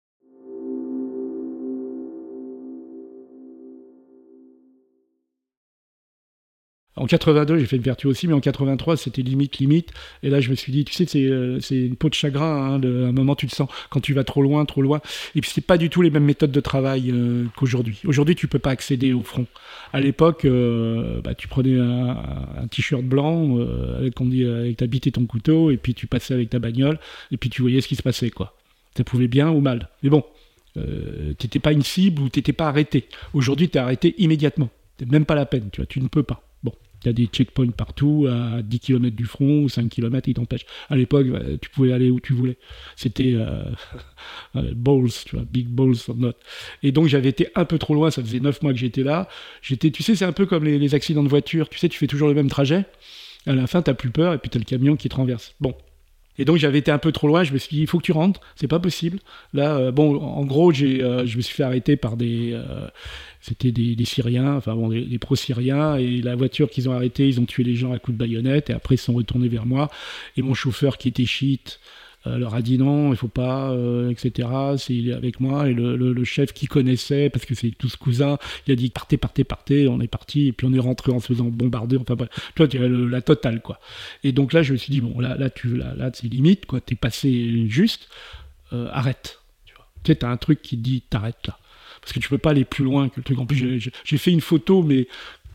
En quatre-vingt-deux, j'ai fait une vertu aussi, mais en quatre-vingt-trois, c'était limite, limite. Et là, je me suis dit, tu sais, c'est, euh, c'est une peau de chagrin. Hein, de, à un moment, tu le sens quand tu vas trop loin, trop loin. Et puis, c'est pas du tout les mêmes méthodes de travail euh, qu'aujourd'hui. Aujourd'hui, tu peux pas accéder au front. À l'époque, euh, bah, tu prenais un, un t-shirt blanc euh, avec, on dit, avec ta bite et ton couteau, et puis tu passais avec ta bagnole, et puis tu voyais ce qui se passait, quoi. Ça pouvait bien ou mal. Mais bon, euh, t'étais pas une cible ou t'étais pas arrêté. Aujourd'hui, t'es arrêté immédiatement. C'est même pas la peine, tu vois. Tu ne peux pas. Bon. Il y a des checkpoints partout, à dix kilomètres du front, ou cinq kilomètres, ils t'empêchent. À l'époque, tu pouvais aller où tu voulais. C'était euh, balls, tu vois, big balls or not. Et donc, j'avais été un peu trop loin, ça faisait neuf mois que j'étais là. J'étais, tu sais, c'est un peu comme les, les accidents de voiture. Tu sais, tu fais toujours le même trajet. À la fin, t'as plus peur, et puis t'as le camion qui te renverse. Bon. Et donc, j'avais été un peu trop loin, je me suis dit, il faut que tu rentres, c'est pas possible. Là, euh, bon, en gros, j'ai, euh, je me suis fait arrêter par des... Euh, c'était des, des Syriens, enfin bon, des, des pro-Syriens, et la voiture qu'ils ont arrêtée, ils ont tué les gens à coups de baïonnette, et après, ils se sont retournés vers moi, et mon chauffeur, qui était chiite, euh, leur a dit non, il faut pas, euh, et cetera. C'est, il est avec moi, et le, le, le chef qui connaissait, parce que c'est tous cousins, il a dit partez, partez, partez, on est parti, et puis on est rentré en se faisant bombarder, enfin bref, tu vois, tu as le, la totale, quoi. Et donc là, je me suis dit, bon, là, là, tu, là, là c'est limite, quoi, t'es passé juste, euh, arrête, tu vois. Tu sais, t'as un truc qui te dit, t'arrêtes là. Parce que tu peux pas aller plus loin que le truc. En plus, j'ai, j'ai fait une photo, mais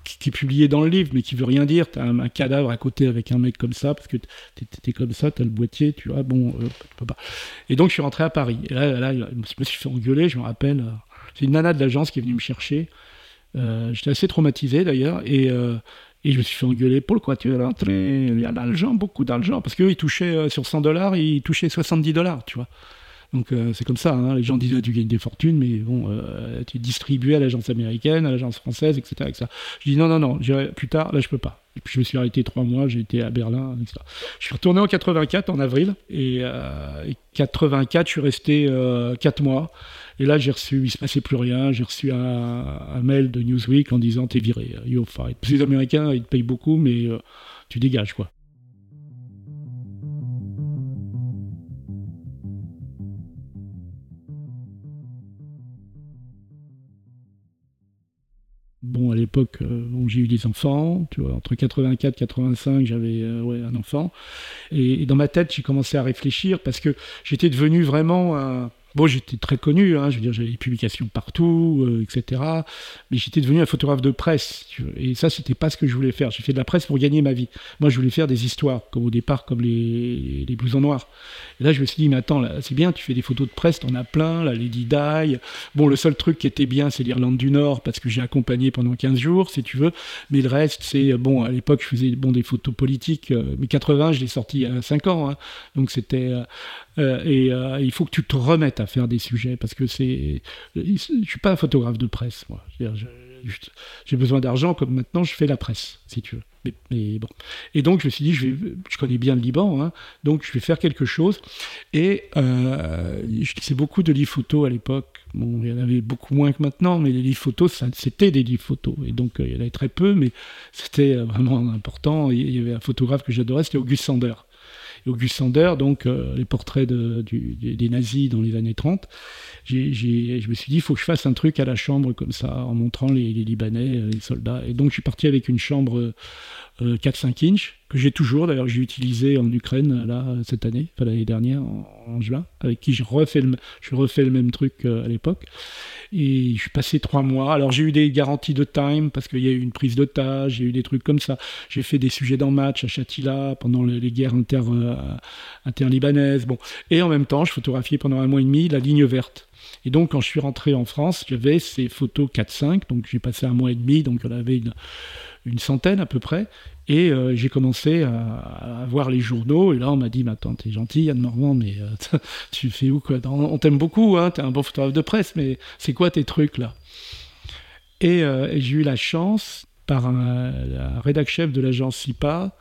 qui, qui est publié dans le livre, mais qui veut rien dire. T'as un, un cadavre à côté avec un mec comme ça, parce que t'es, t'es comme ça, t'as le boîtier, tu vois, bon, euh, tu peux pas. Et donc, je suis rentré à Paris. Et là, là, je me suis fait engueuler, je me rappelle. Euh, c'est une nana de l'agence qui est venue me chercher. Euh, j'étais assez traumatisé, d'ailleurs, et... Euh, Et je me suis fait engueuler. Pourquoi tu es rentré? Il y a de l'argent, beaucoup d'argent. Parce qu'eux, ils touchaient, euh, sur cent dollars, ils touchaient soixante-dix dollars, tu vois. Donc euh, c'est comme ça, hein. Les gens disent, tu gagnes des fortunes, mais bon, euh, tu es distribué à l'agence américaine, à l'agence française, et cetera, et cetera. Je dis, non, non, non, j'irai plus tard, là, je peux pas. Et puis je me suis arrêté trois mois, j'ai été à Berlin, et cetera. Je suis retourné en quatre-vingt-quatre, en avril, et, euh, et quatre-vingt-quatre, je suis resté euh, quatre mois. Et là, j'ai reçu, il se passait plus rien, j'ai reçu un, un mail de Newsweek en disant, t'es viré, you're fired. Parce que les Américains, ils te payent beaucoup, mais euh, tu dégages, quoi. Bon, à l'époque, euh, bon, j'ai eu des enfants, tu vois, entre quatre-vingt-quatre et quatre-vingt-cinq, j'avais euh, ouais, un enfant. Et, et dans ma tête, j'ai commencé à réfléchir parce que j'étais devenu vraiment un... Bon, j'étais très connu, hein, je veux dire, j'avais des publications partout, euh, et cetera. Mais j'étais devenu un photographe de presse. Tu vois, et ça, c'était pas ce que je voulais faire. J'ai fait de la presse pour gagner ma vie. Moi, je voulais faire des histoires, comme au départ, comme les, les blousons noirs. Et là, je me suis dit, mais attends, là, c'est bien, tu fais des photos de presse, t'en as plein, la Lady Di. Bon, le seul truc qui était bien, c'est l'Irlande du Nord, parce que j'ai accompagné pendant quinze jours, si tu veux. Mais le reste, c'est, bon, à l'époque, je faisais bon, des photos politiques. Euh, mais quatre-vingts, je l'ai sorti il y a cinq ans. Hein. Donc, c'était... Euh, Euh, et euh, il faut que tu te remettes à faire des sujets parce que c'est, je suis pas un photographe de presse, moi. Je, je, j'ai besoin d'argent comme maintenant je fais la presse, si tu veux. Mais, mais bon. Et donc je me suis dit, je, vais, je connais bien le Liban, hein, donc je vais faire quelque chose. Et euh, je lisais beaucoup de livres photos à l'époque. Bon, il y en avait beaucoup moins que maintenant, mais les livres photos, ça, c'était des livres photos. Et donc euh, il y en avait très peu, mais c'était vraiment important. Il y avait un photographe que j'adorais, c'était Auguste Sander. Auguste Sander, donc euh, les portraits de, du, des, des nazis dans les années trente. J'ai, j'ai, je me suis dit, il faut que je fasse un truc à la chambre comme ça, en montrant les, les Libanais, les soldats. Et donc je suis parti avec une chambre euh, quatre cinq inch, que j'ai toujours, d'ailleurs que j'ai utilisée en Ukraine là, cette année, enfin l'année dernière, en, en juin, avec qui je refais le, je refais le même truc euh, à l'époque. Et je suis passé trois mois. Alors j'ai eu des garanties de time parce qu'il y a eu une prise d'otage, j'ai eu des trucs comme ça. J'ai fait des sujets dans Match à Shatila pendant les, les guerres inter, euh, inter-libanaises. Bon. Et en même temps, je photographiais pendant un mois et demi la ligne verte. Et donc quand je suis rentré en France, j'avais ces photos quatre cinq, donc j'ai passé un mois et demi, donc il y en avait une, une centaine à peu près. Et euh, j'ai commencé à, à voir les journaux, et là on m'a dit, mais attends, t'es gentil Yann Morvan, mais euh, tu fais où quoi? On t'aime beaucoup, hein, t'es un bon photographe de presse, mais c'est quoi tes trucs là? Et, euh, et j'ai eu la chance, par un, un rédac-chef de l'agence S I P A,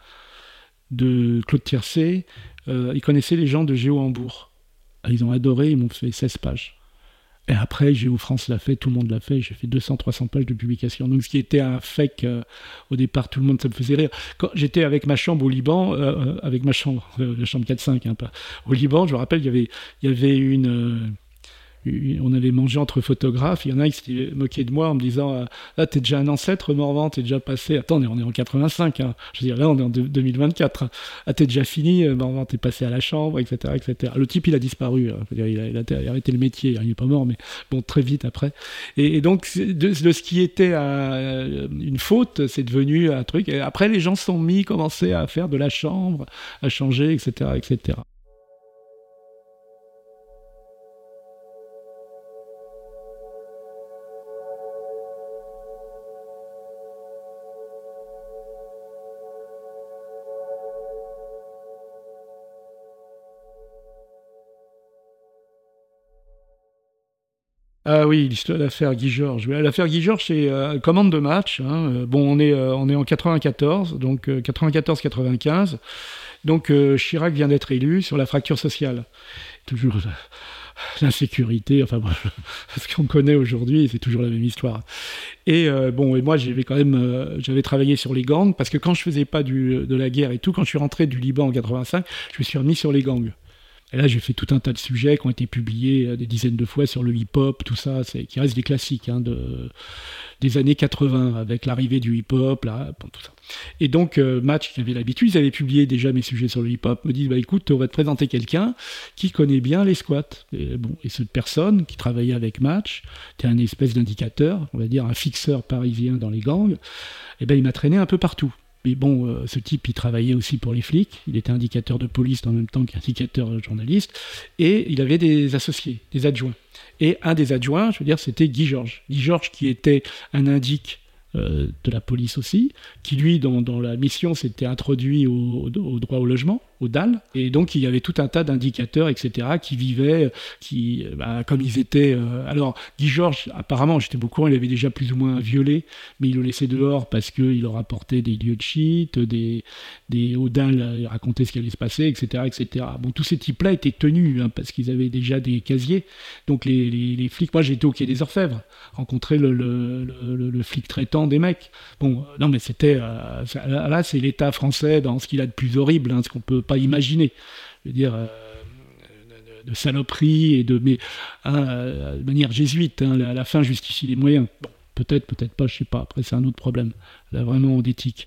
de Claude Tiercé, euh, ils connaissaient les gens de Géo Hambourg. Ils ont adoré, ils m'ont fait seize pages. Et après, Géo France l'a fait, tout le monde l'a fait, j'ai fait deux cents à trois cents pages de publication. Donc ce qui était un fake, euh, au départ, tout le monde, ça me faisait rire. Quand j'étais avec ma chambre au Liban, euh, avec ma chambre, euh, la chambre quatre cinq, hein, pas, au Liban, je me rappelle, il y avait, il y avait une... Euh, on avait mangé entre photographes, il y en a qui s'étaient moqués de moi en me disant là t'es déjà un ancêtre Morvan, t'es déjà passé, attends on est en quatre-vingt-cinq, hein. Je veux dire là on est en deux mille vingt-quatre, ah t'es déjà fini Morvan, t'es passé à la chambre, etc, etc. Le type il a disparu, hein. Il, a, il, a, il a arrêté le métier, il est pas mort mais bon très vite après, et, et donc de, de ce qui était un, une faute c'est devenu un truc, et après les gens se sont mis, commencé à faire de la chambre, à changer, etc, etc. Ah oui, l'histoire de l'affaire Guy Georges. L'affaire Guy Georges, c'est euh, commande de match. Hein. Bon, on est, euh, on est en quatre-vingt-quatorze, donc euh, quatre-vingt-quatorze quatre-vingt-quinze. Donc euh, Chirac vient d'être élu sur la fracture sociale. Toujours euh, l'insécurité, enfin bref, ce qu'on connaît aujourd'hui, c'est toujours la même histoire. Et euh, bon, et moi j'avais quand même, euh, j'avais travaillé sur les gangs, parce que quand je faisais pas du, de la guerre et tout, quand je suis rentré du Liban en quatre-vingt-cinq, je me suis remis sur les gangs. Et là, j'ai fait tout un tas de sujets qui ont été publiés des dizaines de fois sur le hip-hop, tout ça, c'est, qui reste des classiques hein, de, des années quatre-vingts, avec l'arrivée du hip-hop, là, bon, tout ça. Et donc, euh, Match, qui avait l'habitude, ils avaient publié déjà mes sujets sur le hip-hop, me disent, bah écoute, on va te présenter quelqu'un qui connaît bien les squats. Et, bon, et cette personne qui travaillait avec Match, était un espèce d'indicateur, on va dire un fixeur parisien dans les gangs, et ben il m'a traîné un peu partout. Mais bon, euh, ce type, il travaillait aussi pour les flics. Il était indicateur de police en même temps qu'indicateur journaliste. Et il avait des associés, des adjoints. Et un des adjoints, je veux dire, c'était Guy Georges. Guy Georges qui était un indique euh, de la police aussi, qui lui, dans, dans la mission, s'était introduit au, au droit au logement, au D A L. Et donc, il y avait tout un tas d'indicateurs, et cetera, qui vivaient, qui, bah, comme ils étaient... Euh... Alors, Guy Georges, apparemment, j'étais au courant, il avait déjà plus ou moins violé, mais il le laissait dehors parce qu'il leur apportait des lieux de shit, des, des, au D A L, il racontait ce qui allait se passer, et cetera, et cetera. Bon, tous ces types-là étaient tenus, hein, parce qu'ils avaient déjà des casiers. Donc, les, les, les flics... Moi, j'ai été au Quai des Orfèvres, rencontrer le, le, le, le flic traitant des mecs. Bon, non, mais c'était... Euh, ça, là, c'est l'État français dans ce qu'il a de plus horrible, hein, ce qu'on peut pas imaginer. Je veux dire... Euh, de saloperie et de, mais, hein, de manière jésuite, hein, à la fin justifie les moyens. Bon, peut-être, peut-être pas, je sais pas. Après, c'est un autre problème. Là, vraiment d'éthique.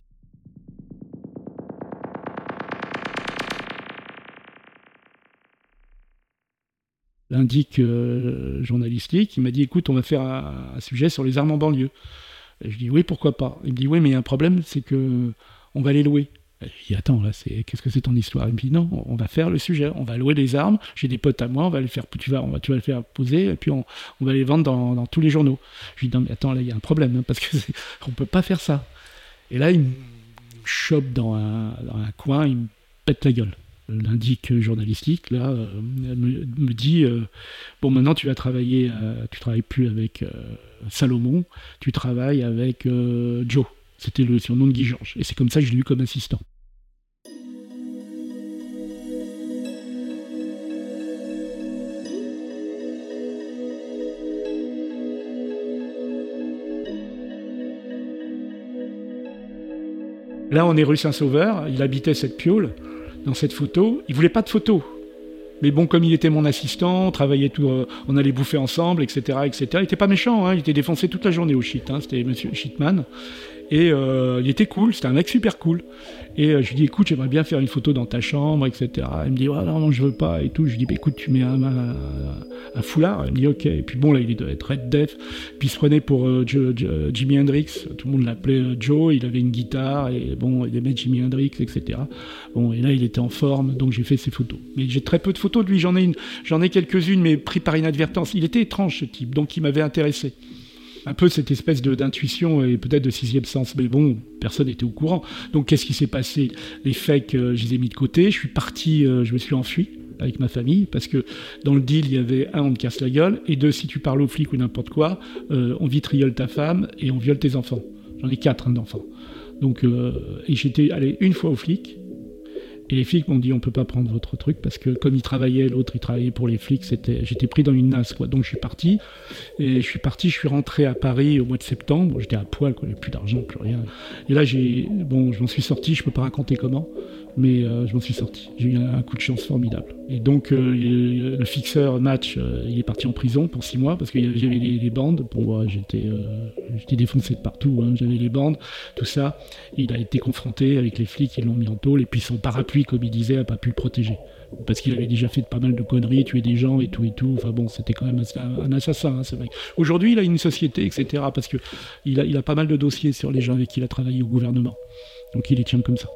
L'indique euh, journalistique, il m'a dit, écoute, on va faire un, un sujet sur les armes en banlieue. Et je dis, oui, pourquoi pas. Il me dit, oui, mais il y a un problème, c'est que on va les louer. Je dis, attends, là, c'est... qu'est-ce que c'est ton histoire? Il me dit, non, on va faire le sujet, on va louer les armes, j'ai des potes à moi, on va les faire, tu vas, on va, tu vas les faire poser, et puis on, on va les vendre dans, dans tous les journaux. Je lui dis, non, mais attends, là, il y a un problème, hein, parce que c'est... on peut pas faire ça. Et là, il me chope dans un, dans un coin, il me pète la gueule. L'indique journalistique, là, euh, me, me dit, euh, bon, maintenant, tu vas travailler, euh, tu travailles plus avec euh, Salomon, tu travailles avec euh, Joe. C'était le surnom de Guy Georges. Et c'est comme ça que je l'ai eu comme assistant. Là, on est rue Saint-Sauveur. Il habitait cette piole, dans cette photo. Il voulait pas de photo. Mais bon, comme il était mon assistant, on travaillait tout, euh, on allait bouffer ensemble, et cetera, et cetera. Il était pas méchant, hein, il était défoncé toute la journée au shit. Hein, c'était Monsieur Shitman. Et euh, il était cool, c'était un mec super cool. Et euh, je lui dis, écoute, j'aimerais bien faire une photo dans ta chambre, et cetera. Il me dit, oh, non, non, je veux pas, et tout. Je lui dis, bah, écoute, tu mets un, un, un foulard. Il me dit, ok. Et puis bon, là, il doit être Red Def. Puis il se prenait pour euh, Joe, Joe, Jimi Hendrix. Tout le monde l'appelait euh, Joe. Il avait une guitare, et bon, il aimait Jimi Hendrix, et cetera. Bon, et là, il était en forme, donc j'ai fait ces photos. Mais j'ai très peu de photos de lui, j'en ai, une, j'en ai quelques-unes, mais pris par inadvertance. Il était étrange, ce type, donc il m'avait intéressé. Un peu cette espèce de, d'intuition et peut-être de sixième sens. Mais bon, personne n'était au courant. Donc qu'est-ce qui s'est passé? Les fakes, euh, je les ai mis de côté. Je suis parti, euh, je me suis enfui avec ma famille, parce que dans le deal, il y avait un, on te casse la gueule, et deux, si tu parles aux flics ou n'importe quoi, euh, on vitriole ta femme et on viole tes enfants. J'en ai quatre hein, d'enfants. Donc, euh, et j'étais allé une fois aux flics, et les flics m'ont dit, on peut pas prendre votre truc, parce que comme il travaillait, l'autre, il travaillait pour les flics, c'était, j'étais pris dans une nasse, quoi. Donc je suis parti, et je suis parti, je suis rentré à Paris au mois de septembre, j'étais à poil, quoi, j'avais plus d'argent, plus rien. Et là, j'ai, bon, je m'en suis sorti, je peux pas raconter comment, mais euh, je m'en suis sorti. J'ai eu un, un coup de chance formidable. Et donc, euh, le fixeur Match, euh, il est parti en prison pour six mois, parce que j'avais les, les bandes. Bon, moi, j'étais, euh, j'étais défoncé de partout, hein. J'avais les bandes, tout ça. Il a été confronté avec les flics, ils l'ont mis en tôle, et puis son parapluie, comme il disait, n'a pas pu le protéger. Parce qu'il avait déjà fait pas mal de conneries, tué des gens et tout et tout. Enfin bon, c'était quand même un, un assassin, hein, ce mec. Aujourd'hui, il a une société, et cetera, parce que il a, il a pas mal de dossiers sur les gens avec qui il a travaillé au gouvernement. Donc il les tient comme ça.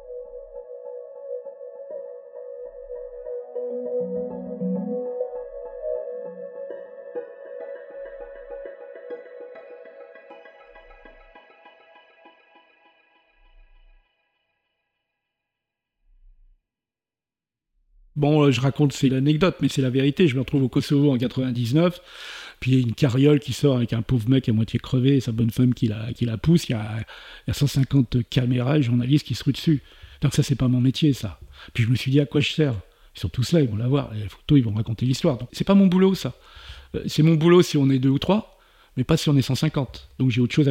Bon, je raconte, c'est l'anecdote, mais c'est la vérité. Je me retrouve au Kosovo en quatre-vingt-dix-neuf, puis il y a une carriole qui sort avec un pauvre mec à moitié crevé et sa bonne femme qui la, qui la pousse. Il y, a, il y a cent cinquante caméras et journalistes qui se ruent dessus. Donc ça, c'est pas mon métier, ça. Puis je me suis dit, à quoi je sers? Ils sont tous là, ils vont la voir. Les photos, ils vont raconter l'histoire. Donc c'est pas mon boulot, ça. C'est mon boulot si on est deux ou trois, mais pas si on est cent cinquante. Donc j'ai autre chose à faire.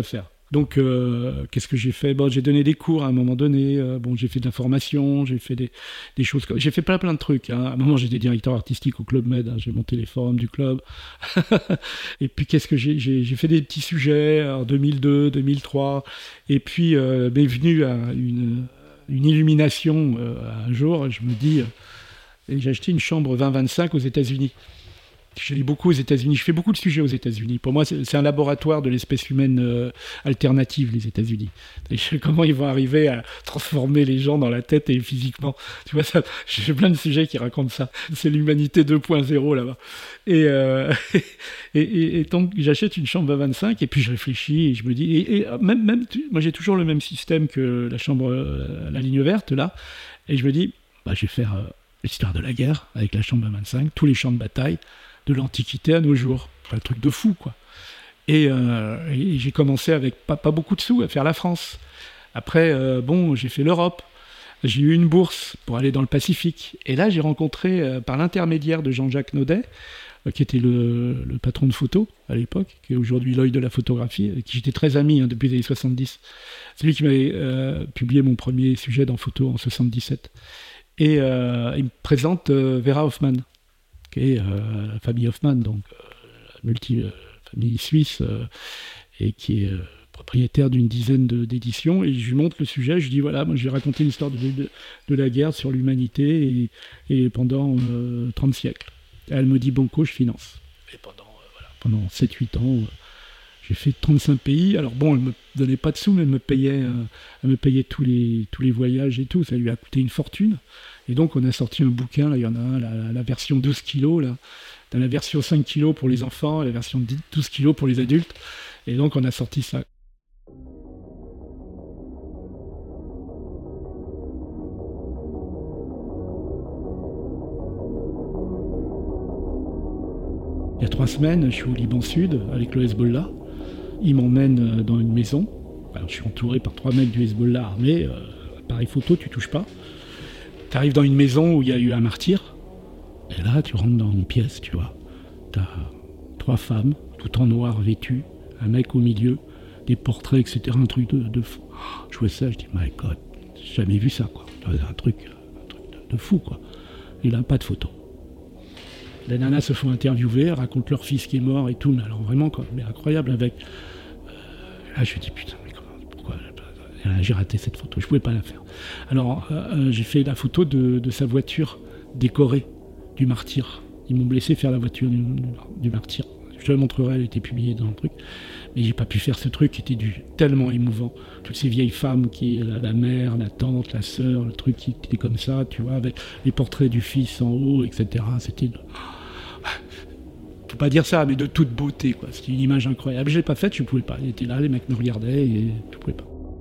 Donc, euh, qu'est-ce que j'ai fait? Bon, j'ai donné des cours à un moment donné. Euh, bon, j'ai fait de la formation, j'ai fait des, des choses. Comme... J'ai fait plein, plein de trucs. Hein. À un moment, j'étais directeur artistique au Club Med. Hein. J'ai monté les forums du club. Et puis, qu'est-ce que j'ai, j'ai, j'ai fait des petits sujets en deux mille deux, deux mille trois. Et puis, euh, m'est venu à une, une illumination euh, un jour. Je me dis, euh, et j'ai acheté une chambre vingt vingt-cinq aux États-Unis. Je lis beaucoup aux États-Unis. Je fais beaucoup de sujets aux États-Unis. Pour moi, c'est, c'est un laboratoire de l'espèce humaine euh, alternative, les États-Unis. Et je, comment ils vont arriver à transformer les gens dans la tête et physiquement. Tu vois, ça, j'ai plein de sujets qui racontent ça. C'est l'humanité deux point zéro là-bas. Et, euh, et, et, et donc, j'achète une chambre vingt vingt-cinq et puis je réfléchis et je me dis... Et, et même, même, moi, j'ai toujours le même système que la chambre, euh, la ligne verte, là. Et je me dis, bah, je vais faire euh, l'histoire de la guerre avec la chambre vingt vingt-cinq, tous les champs de bataille, de l'Antiquité à nos jours. Un truc de fou, quoi. Et, euh, et j'ai commencé avec pas, pas beaucoup de sous à faire la France. Après, euh, bon, j'ai fait l'Europe. J'ai eu une bourse pour aller dans le Pacifique. Et là, j'ai rencontré, euh, par l'intermédiaire de Jean-Jacques Naudet, euh, qui était le, le patron de photo à l'époque, qui est aujourd'hui l'œil de la photographie, avec qui j'étais très ami hein, depuis les années soixante-dix. C'est lui qui m'avait euh, publié mon premier sujet dans Photo en soixante-dix-sept. Et euh, il me présente euh, Vera Hoffman, qui est euh, la famille Hoffman, donc euh, la multi, euh, famille suisse, euh, et qui est euh, propriétaire d'une dizaine de, d'éditions. Et je lui montre le sujet, je dis voilà, moi je vais raconter l'histoire de, de, de la guerre sur l'humanité et, et pendant euh, trente siècles. Et elle me dit banco, je finance. Et pendant, euh, voilà, pendant sept huit ans, euh, j'ai fait trente-cinq pays. Alors bon, elle me donnait pas de sous, mais elle me payait, euh, elle me payait tous les, tous les voyages et tout. Ça lui a coûté une fortune. Et donc, on a sorti un bouquin, là, il y en a un, la, la version douze kilos, là. Dans la version cinq kilos pour les enfants, la version douze kilos pour les adultes. Et donc, on a sorti ça. Il y a trois semaines, je suis au Liban Sud avec le Hezbollah. Ils m'emmènent dans une maison. Alors, je suis entouré par trois mecs du Hezbollah armés. Euh, appareil photo, tu touches pas. Tu arrives dans une maison où il y a eu un martyr, et là, tu rentres dans une pièce, tu vois. Tu as trois femmes, tout en noir vêtues, un mec au milieu, des portraits, et cetera. Un truc de, de fou. Je vois ça, je dis, my God, j'ai jamais vu ça, quoi. Un truc, un truc de, de fou, quoi. Et là, pas de photo. Les nanas se font interviewer, racontent leur fils qui est mort et tout, mais alors vraiment, quoi, mais incroyable avec... Euh, là, je me dis, putain, mais comment, pourquoi... J'ai raté cette photo, je ne pouvais pas la faire. Alors, euh, j'ai fait la photo de, de sa voiture décorée du martyr. Ils m'ont laissé faire la voiture du, du martyr. Je la montrerai, elle était publiée dans le truc. Mais j'ai pas pu faire ce truc qui était du, tellement émouvant. Toutes ces vieilles femmes, qui, la, la mère, la tante, la sœur, le truc qui était comme ça, tu vois, avec les portraits du fils en haut, et cetera. C'était... De... Faut pas dire ça, mais de toute beauté, quoi. C'était une image incroyable. Je l'ai pas faite, je pouvais pas. Il était là, les mecs me regardaient et je pouvais pas.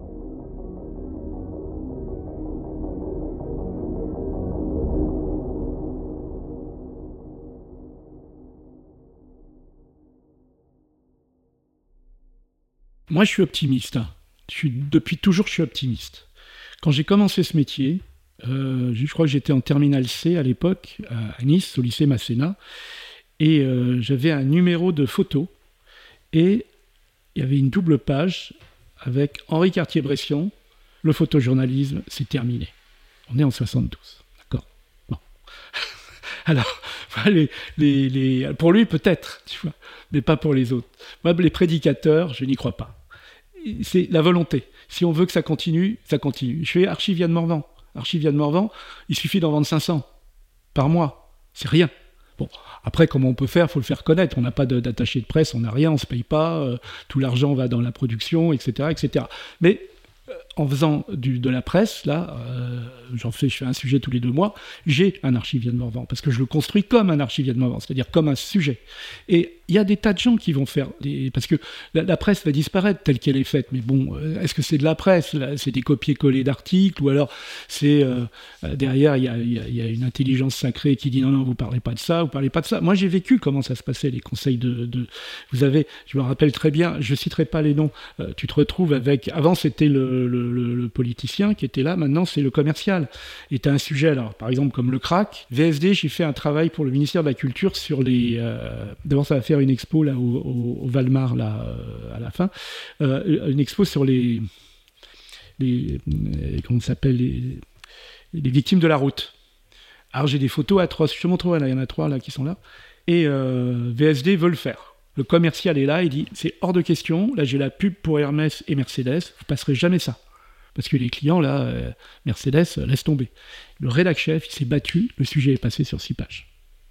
Moi, je suis optimiste. Hein. Je suis, depuis toujours, je suis optimiste. Quand j'ai commencé ce métier, euh, je crois que j'étais en terminale C à l'époque, à Nice, au lycée Masséna, et euh, j'avais un numéro de photo, et il y avait une double page avec Henri Cartier-Bresson, le photojournalisme, c'est terminé. On est en soixante-douze, d'accord. Bon. Alors, les, les, les, pour lui peut-être, tu vois, mais pas pour les autres. Moi, les prédicateurs, je n'y crois pas. C'est la volonté. Si on veut que ça continue, ça continue. Je fais Archivia de Morvan. Archivia de Morvan, il suffit d'en vendre cinq cents par mois. C'est rien. Bon, après, comment on peut faire ? Il faut le faire connaître. On n'a pas de, d'attaché de presse, on n'a rien, on ne se paye pas. Euh, tout l'argent va dans la production, et cetera, et cetera. Mais euh, en faisant du, de la presse, là, euh, j'en fais, je fais un sujet tous les deux mois, j'ai un Archivia de Morvan, parce que je le construis comme un Archivia de Morvan, c'est-à-dire comme un sujet. Et il y a des tas de gens qui vont faire... Des... Parce que la, la presse va disparaître telle qu'elle est faite, mais bon, euh, est-ce que c'est de la presse là ? C'est des copier-coller d'articles, ou alors c'est... Euh, derrière, il y a, y, a, y a une intelligence sacrée qui dit non, non, vous parlez pas de ça, vous parlez pas de ça. Moi, j'ai vécu comment ça se passait, les conseils de... de... Vous avez, je me rappelle très bien, je citerai pas les noms, euh, tu te retrouves avec... Avant, c'était le, le, le, le, le politicien qui était là, maintenant c'est le commercial. Et tu as un sujet, alors, par exemple comme le crack. V S D, j'ai fait un travail pour le ministère de la Culture sur les... Euh, d'abord ça va faire une expo là, au, au, au Valmar là, euh, à la fin, euh, une expo sur les... les comment ça s'appelle les, les victimes de la route. Alors j'ai des photos atroces, je te montre, là, il y en a trois là qui sont là, et euh, V S D veut le faire. Le commercial est là, il dit c'est hors de question, là j'ai la pub pour Hermès et Mercedes, vous passerez jamais ça. Parce que les clients là, euh, Mercedes, euh, laisse tomber. Le rédac chef, il s'est battu, le sujet est passé sur six pages.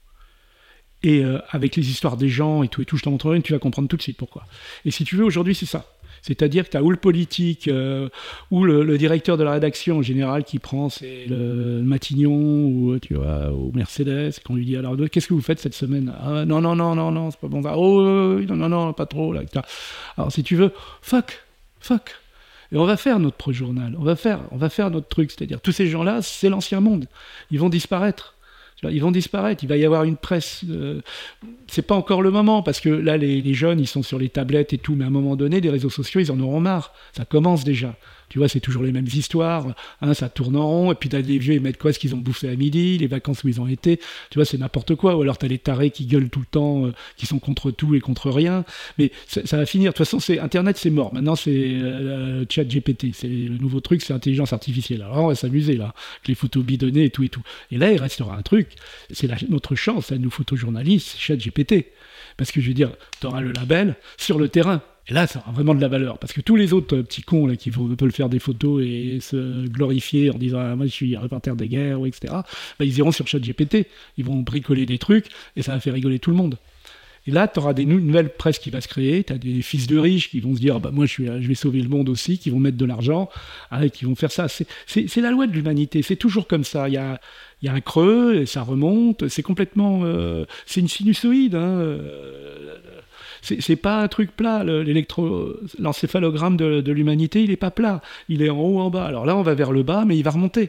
Et euh, avec les histoires des gens et tout, et tout, je t'en montrerai une, tu vas comprendre tout de suite pourquoi. Et si tu veux, aujourd'hui c'est ça. C'est-à-dire que tu as ou le politique, euh, ou le, le directeur de la rédaction en général qui prend c'est le, le Matignon ou, tu vois, ou Mercedes, et qu'on lui dit alors qu'est-ce que vous faites cette semaine? Ah, non, non, non, non, non, c'est pas bon ça. Oh, non, non, non, pas trop. Là, et cetera. Alors si tu veux, fuck, fuck. Et on va faire notre pro-journal, on va faire, on va faire notre truc. C'est-à-dire tous ces gens-là, c'est l'ancien monde. Ils vont disparaître. Ils vont disparaître, il va y avoir une presse. Euh, c'est pas encore le moment, parce que là, les, les jeunes, ils sont sur les tablettes et tout, mais à un moment donné, les réseaux sociaux, ils en auront marre. Ça commence déjà. Tu vois, c'est toujours les mêmes histoires, hein, ça tourne en rond, et puis t'as des vieux, ils mettent quoi, ce qu'ils ont bouffé à midi, les vacances où ils ont été, tu vois, c'est n'importe quoi. Ou alors t'as les tarés qui gueulent tout le temps, euh, qui sont contre tout et contre rien. Mais ça, ça va finir. De toute façon, c'est, Internet, c'est mort. Maintenant, c'est euh, Chat G P T. C'est le nouveau truc, c'est l'intelligence artificielle. Alors on va s'amuser, là, avec les photos bidonnées et tout et tout. Et là, il restera un truc. C'est la, notre chance, à nous photojournalistes, c'est Chat G P T. Parce que je veux dire, t'auras le label sur le terrain. Et là, ça aura vraiment de la valeur. Parce que tous les autres euh, petits cons là, qui veulent faire des photos et se glorifier en disant ah, « moi, je suis reporter des guerres », et cetera, bah, ils iront sur ChatGPT. Ils vont bricoler des trucs et ça va faire rigoler tout le monde. Et là, tu auras des nou- nouvelles presses qui va se créer. Tu as des fils de riches qui vont se dire bah, « moi, je, suis, je vais sauver le monde aussi », qui vont mettre de l'argent, hein, et qui vont faire ça. C'est, c'est, c'est la loi de l'humanité. C'est toujours comme ça. Il y a, il y a un creux et ça remonte. C'est complètement... Euh, c'est une sinusoïde, hein, euh, C'est, c'est pas un truc plat, le, l'électro, l'encéphalogramme de, de l'humanité, il est pas plat, il est en haut, en bas. Alors là, on va vers le bas, mais il va remonter.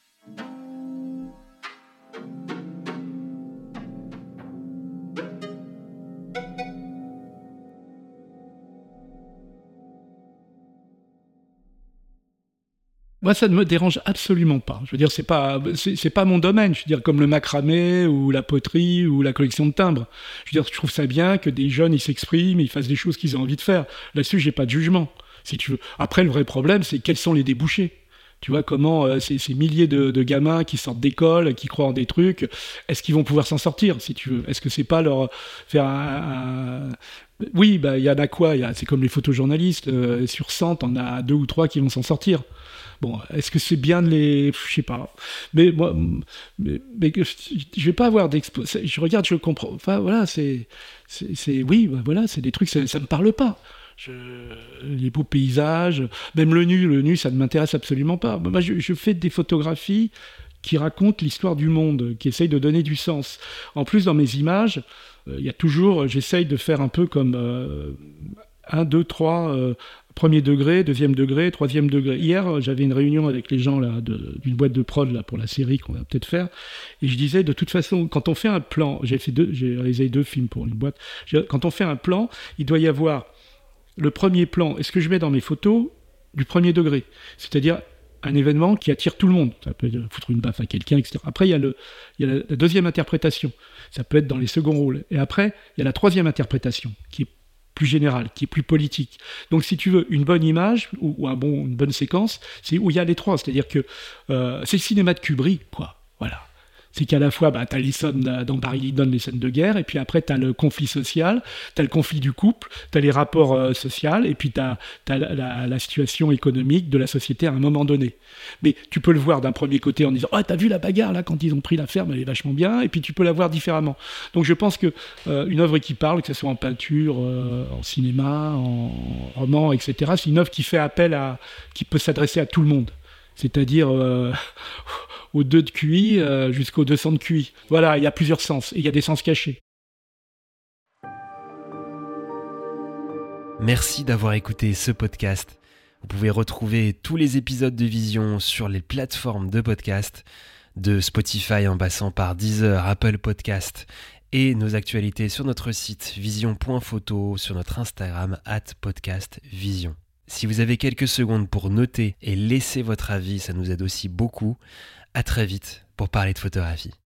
Moi, ça ne me dérange absolument pas. Je veux dire, c'est pas, c'est, c'est pas mon domaine. Je veux dire, comme le macramé ou la poterie ou la collection de timbres. Je veux dire, je trouve ça bien que des jeunes, ils s'expriment, ils fassent des choses qu'ils ont envie de faire. Là-dessus, j'ai pas de jugement, si tu veux. Après, le vrai problème, c'est quels sont les débouchés. Tu vois, comment euh, ces, ces milliers de, de gamins qui sortent d'école, qui croient en des trucs, est-ce qu'ils vont pouvoir s'en sortir, si tu veux? Est-ce que c'est pas leur faire un... un... Oui, bah, il y en a quoi? Y a, c'est comme les photojournalistes. Euh, sur cent, t'en as deux ou trois qui vont s'en sortir. Bon, est-ce que c'est bien de les... Je sais pas. Mais moi, mais, mais je vais pas avoir d'expo... Je regarde, je comprends. Enfin, voilà, c'est... c'est, c'est oui, bah, voilà, c'est des trucs, ça, ça me parle pas. Je... Les beaux paysages, même le nu, le nu, ça ne m'intéresse absolument pas. Moi, je, je fais des photographies qui racontent l'histoire du monde, qui essayent de donner du sens. En plus, dans mes images, il euh, y a toujours... J'essaye de faire un peu comme... Euh, un, deux, trois... Euh, premier degré, deuxième degré, troisième degré. Hier, j'avais une réunion avec les gens là, de, d'une boîte de prod là, pour la série qu'on va peut-être faire, et je disais, de toute façon, quand on fait un plan, j'ai, fait deux, j'ai réalisé deux films pour une boîte, quand on fait un plan, il doit y avoir le premier plan, est-ce que je mets dans mes photos du premier degré, c'est-à-dire un événement qui attire tout le monde, ça peut être foutre une baffe à quelqu'un, et cetera. Après, il y a, le, il y a la, la deuxième interprétation, ça peut être dans les seconds rôles, et après, il y a la troisième interprétation, qui est plus général, qui est plus politique. Donc, si tu veux, une bonne image ou, ou un bon, une bonne séquence, c'est où il y a les trois. C'est-à-dire que euh, c'est le cinéma de Kubrick, quoi. Voilà. C'est qu'à la fois, bah, t'as les scènes dans Barry Lyndon, les scènes de guerre, et puis après, t'as le conflit social, t'as le conflit du couple, t'as les rapports euh, sociaux, et puis t'as, t'as la, la, la situation économique de la société à un moment donné. Mais tu peux le voir d'un premier côté en disant « Ah, oh, t'as vu la bagarre, là, quand ils ont pris la ferme, elle est vachement bien », et puis tu peux la voir différemment. Donc je pense que euh, une œuvre qui parle, que ce soit en peinture, euh, en cinéma, en roman, et cetera, c'est une œuvre qui fait appel à... qui peut s'adresser à tout le monde. C'est-à-dire... Euh, au deux de Q I euh, jusqu'au deux cents de Q I. Voilà, il y a plusieurs sens, et il y a des sens cachés. Merci d'avoir écouté ce podcast. Vous pouvez retrouver tous les épisodes de Vision sur les plateformes de podcast, de Spotify en passant par Deezer, Apple Podcast, et nos actualités sur notre site vision point photo, sur notre Instagram arobase podcast vision. Si vous avez quelques secondes pour noter et laisser votre avis, ça nous aide aussi beaucoup. À très vite pour parler de photographie.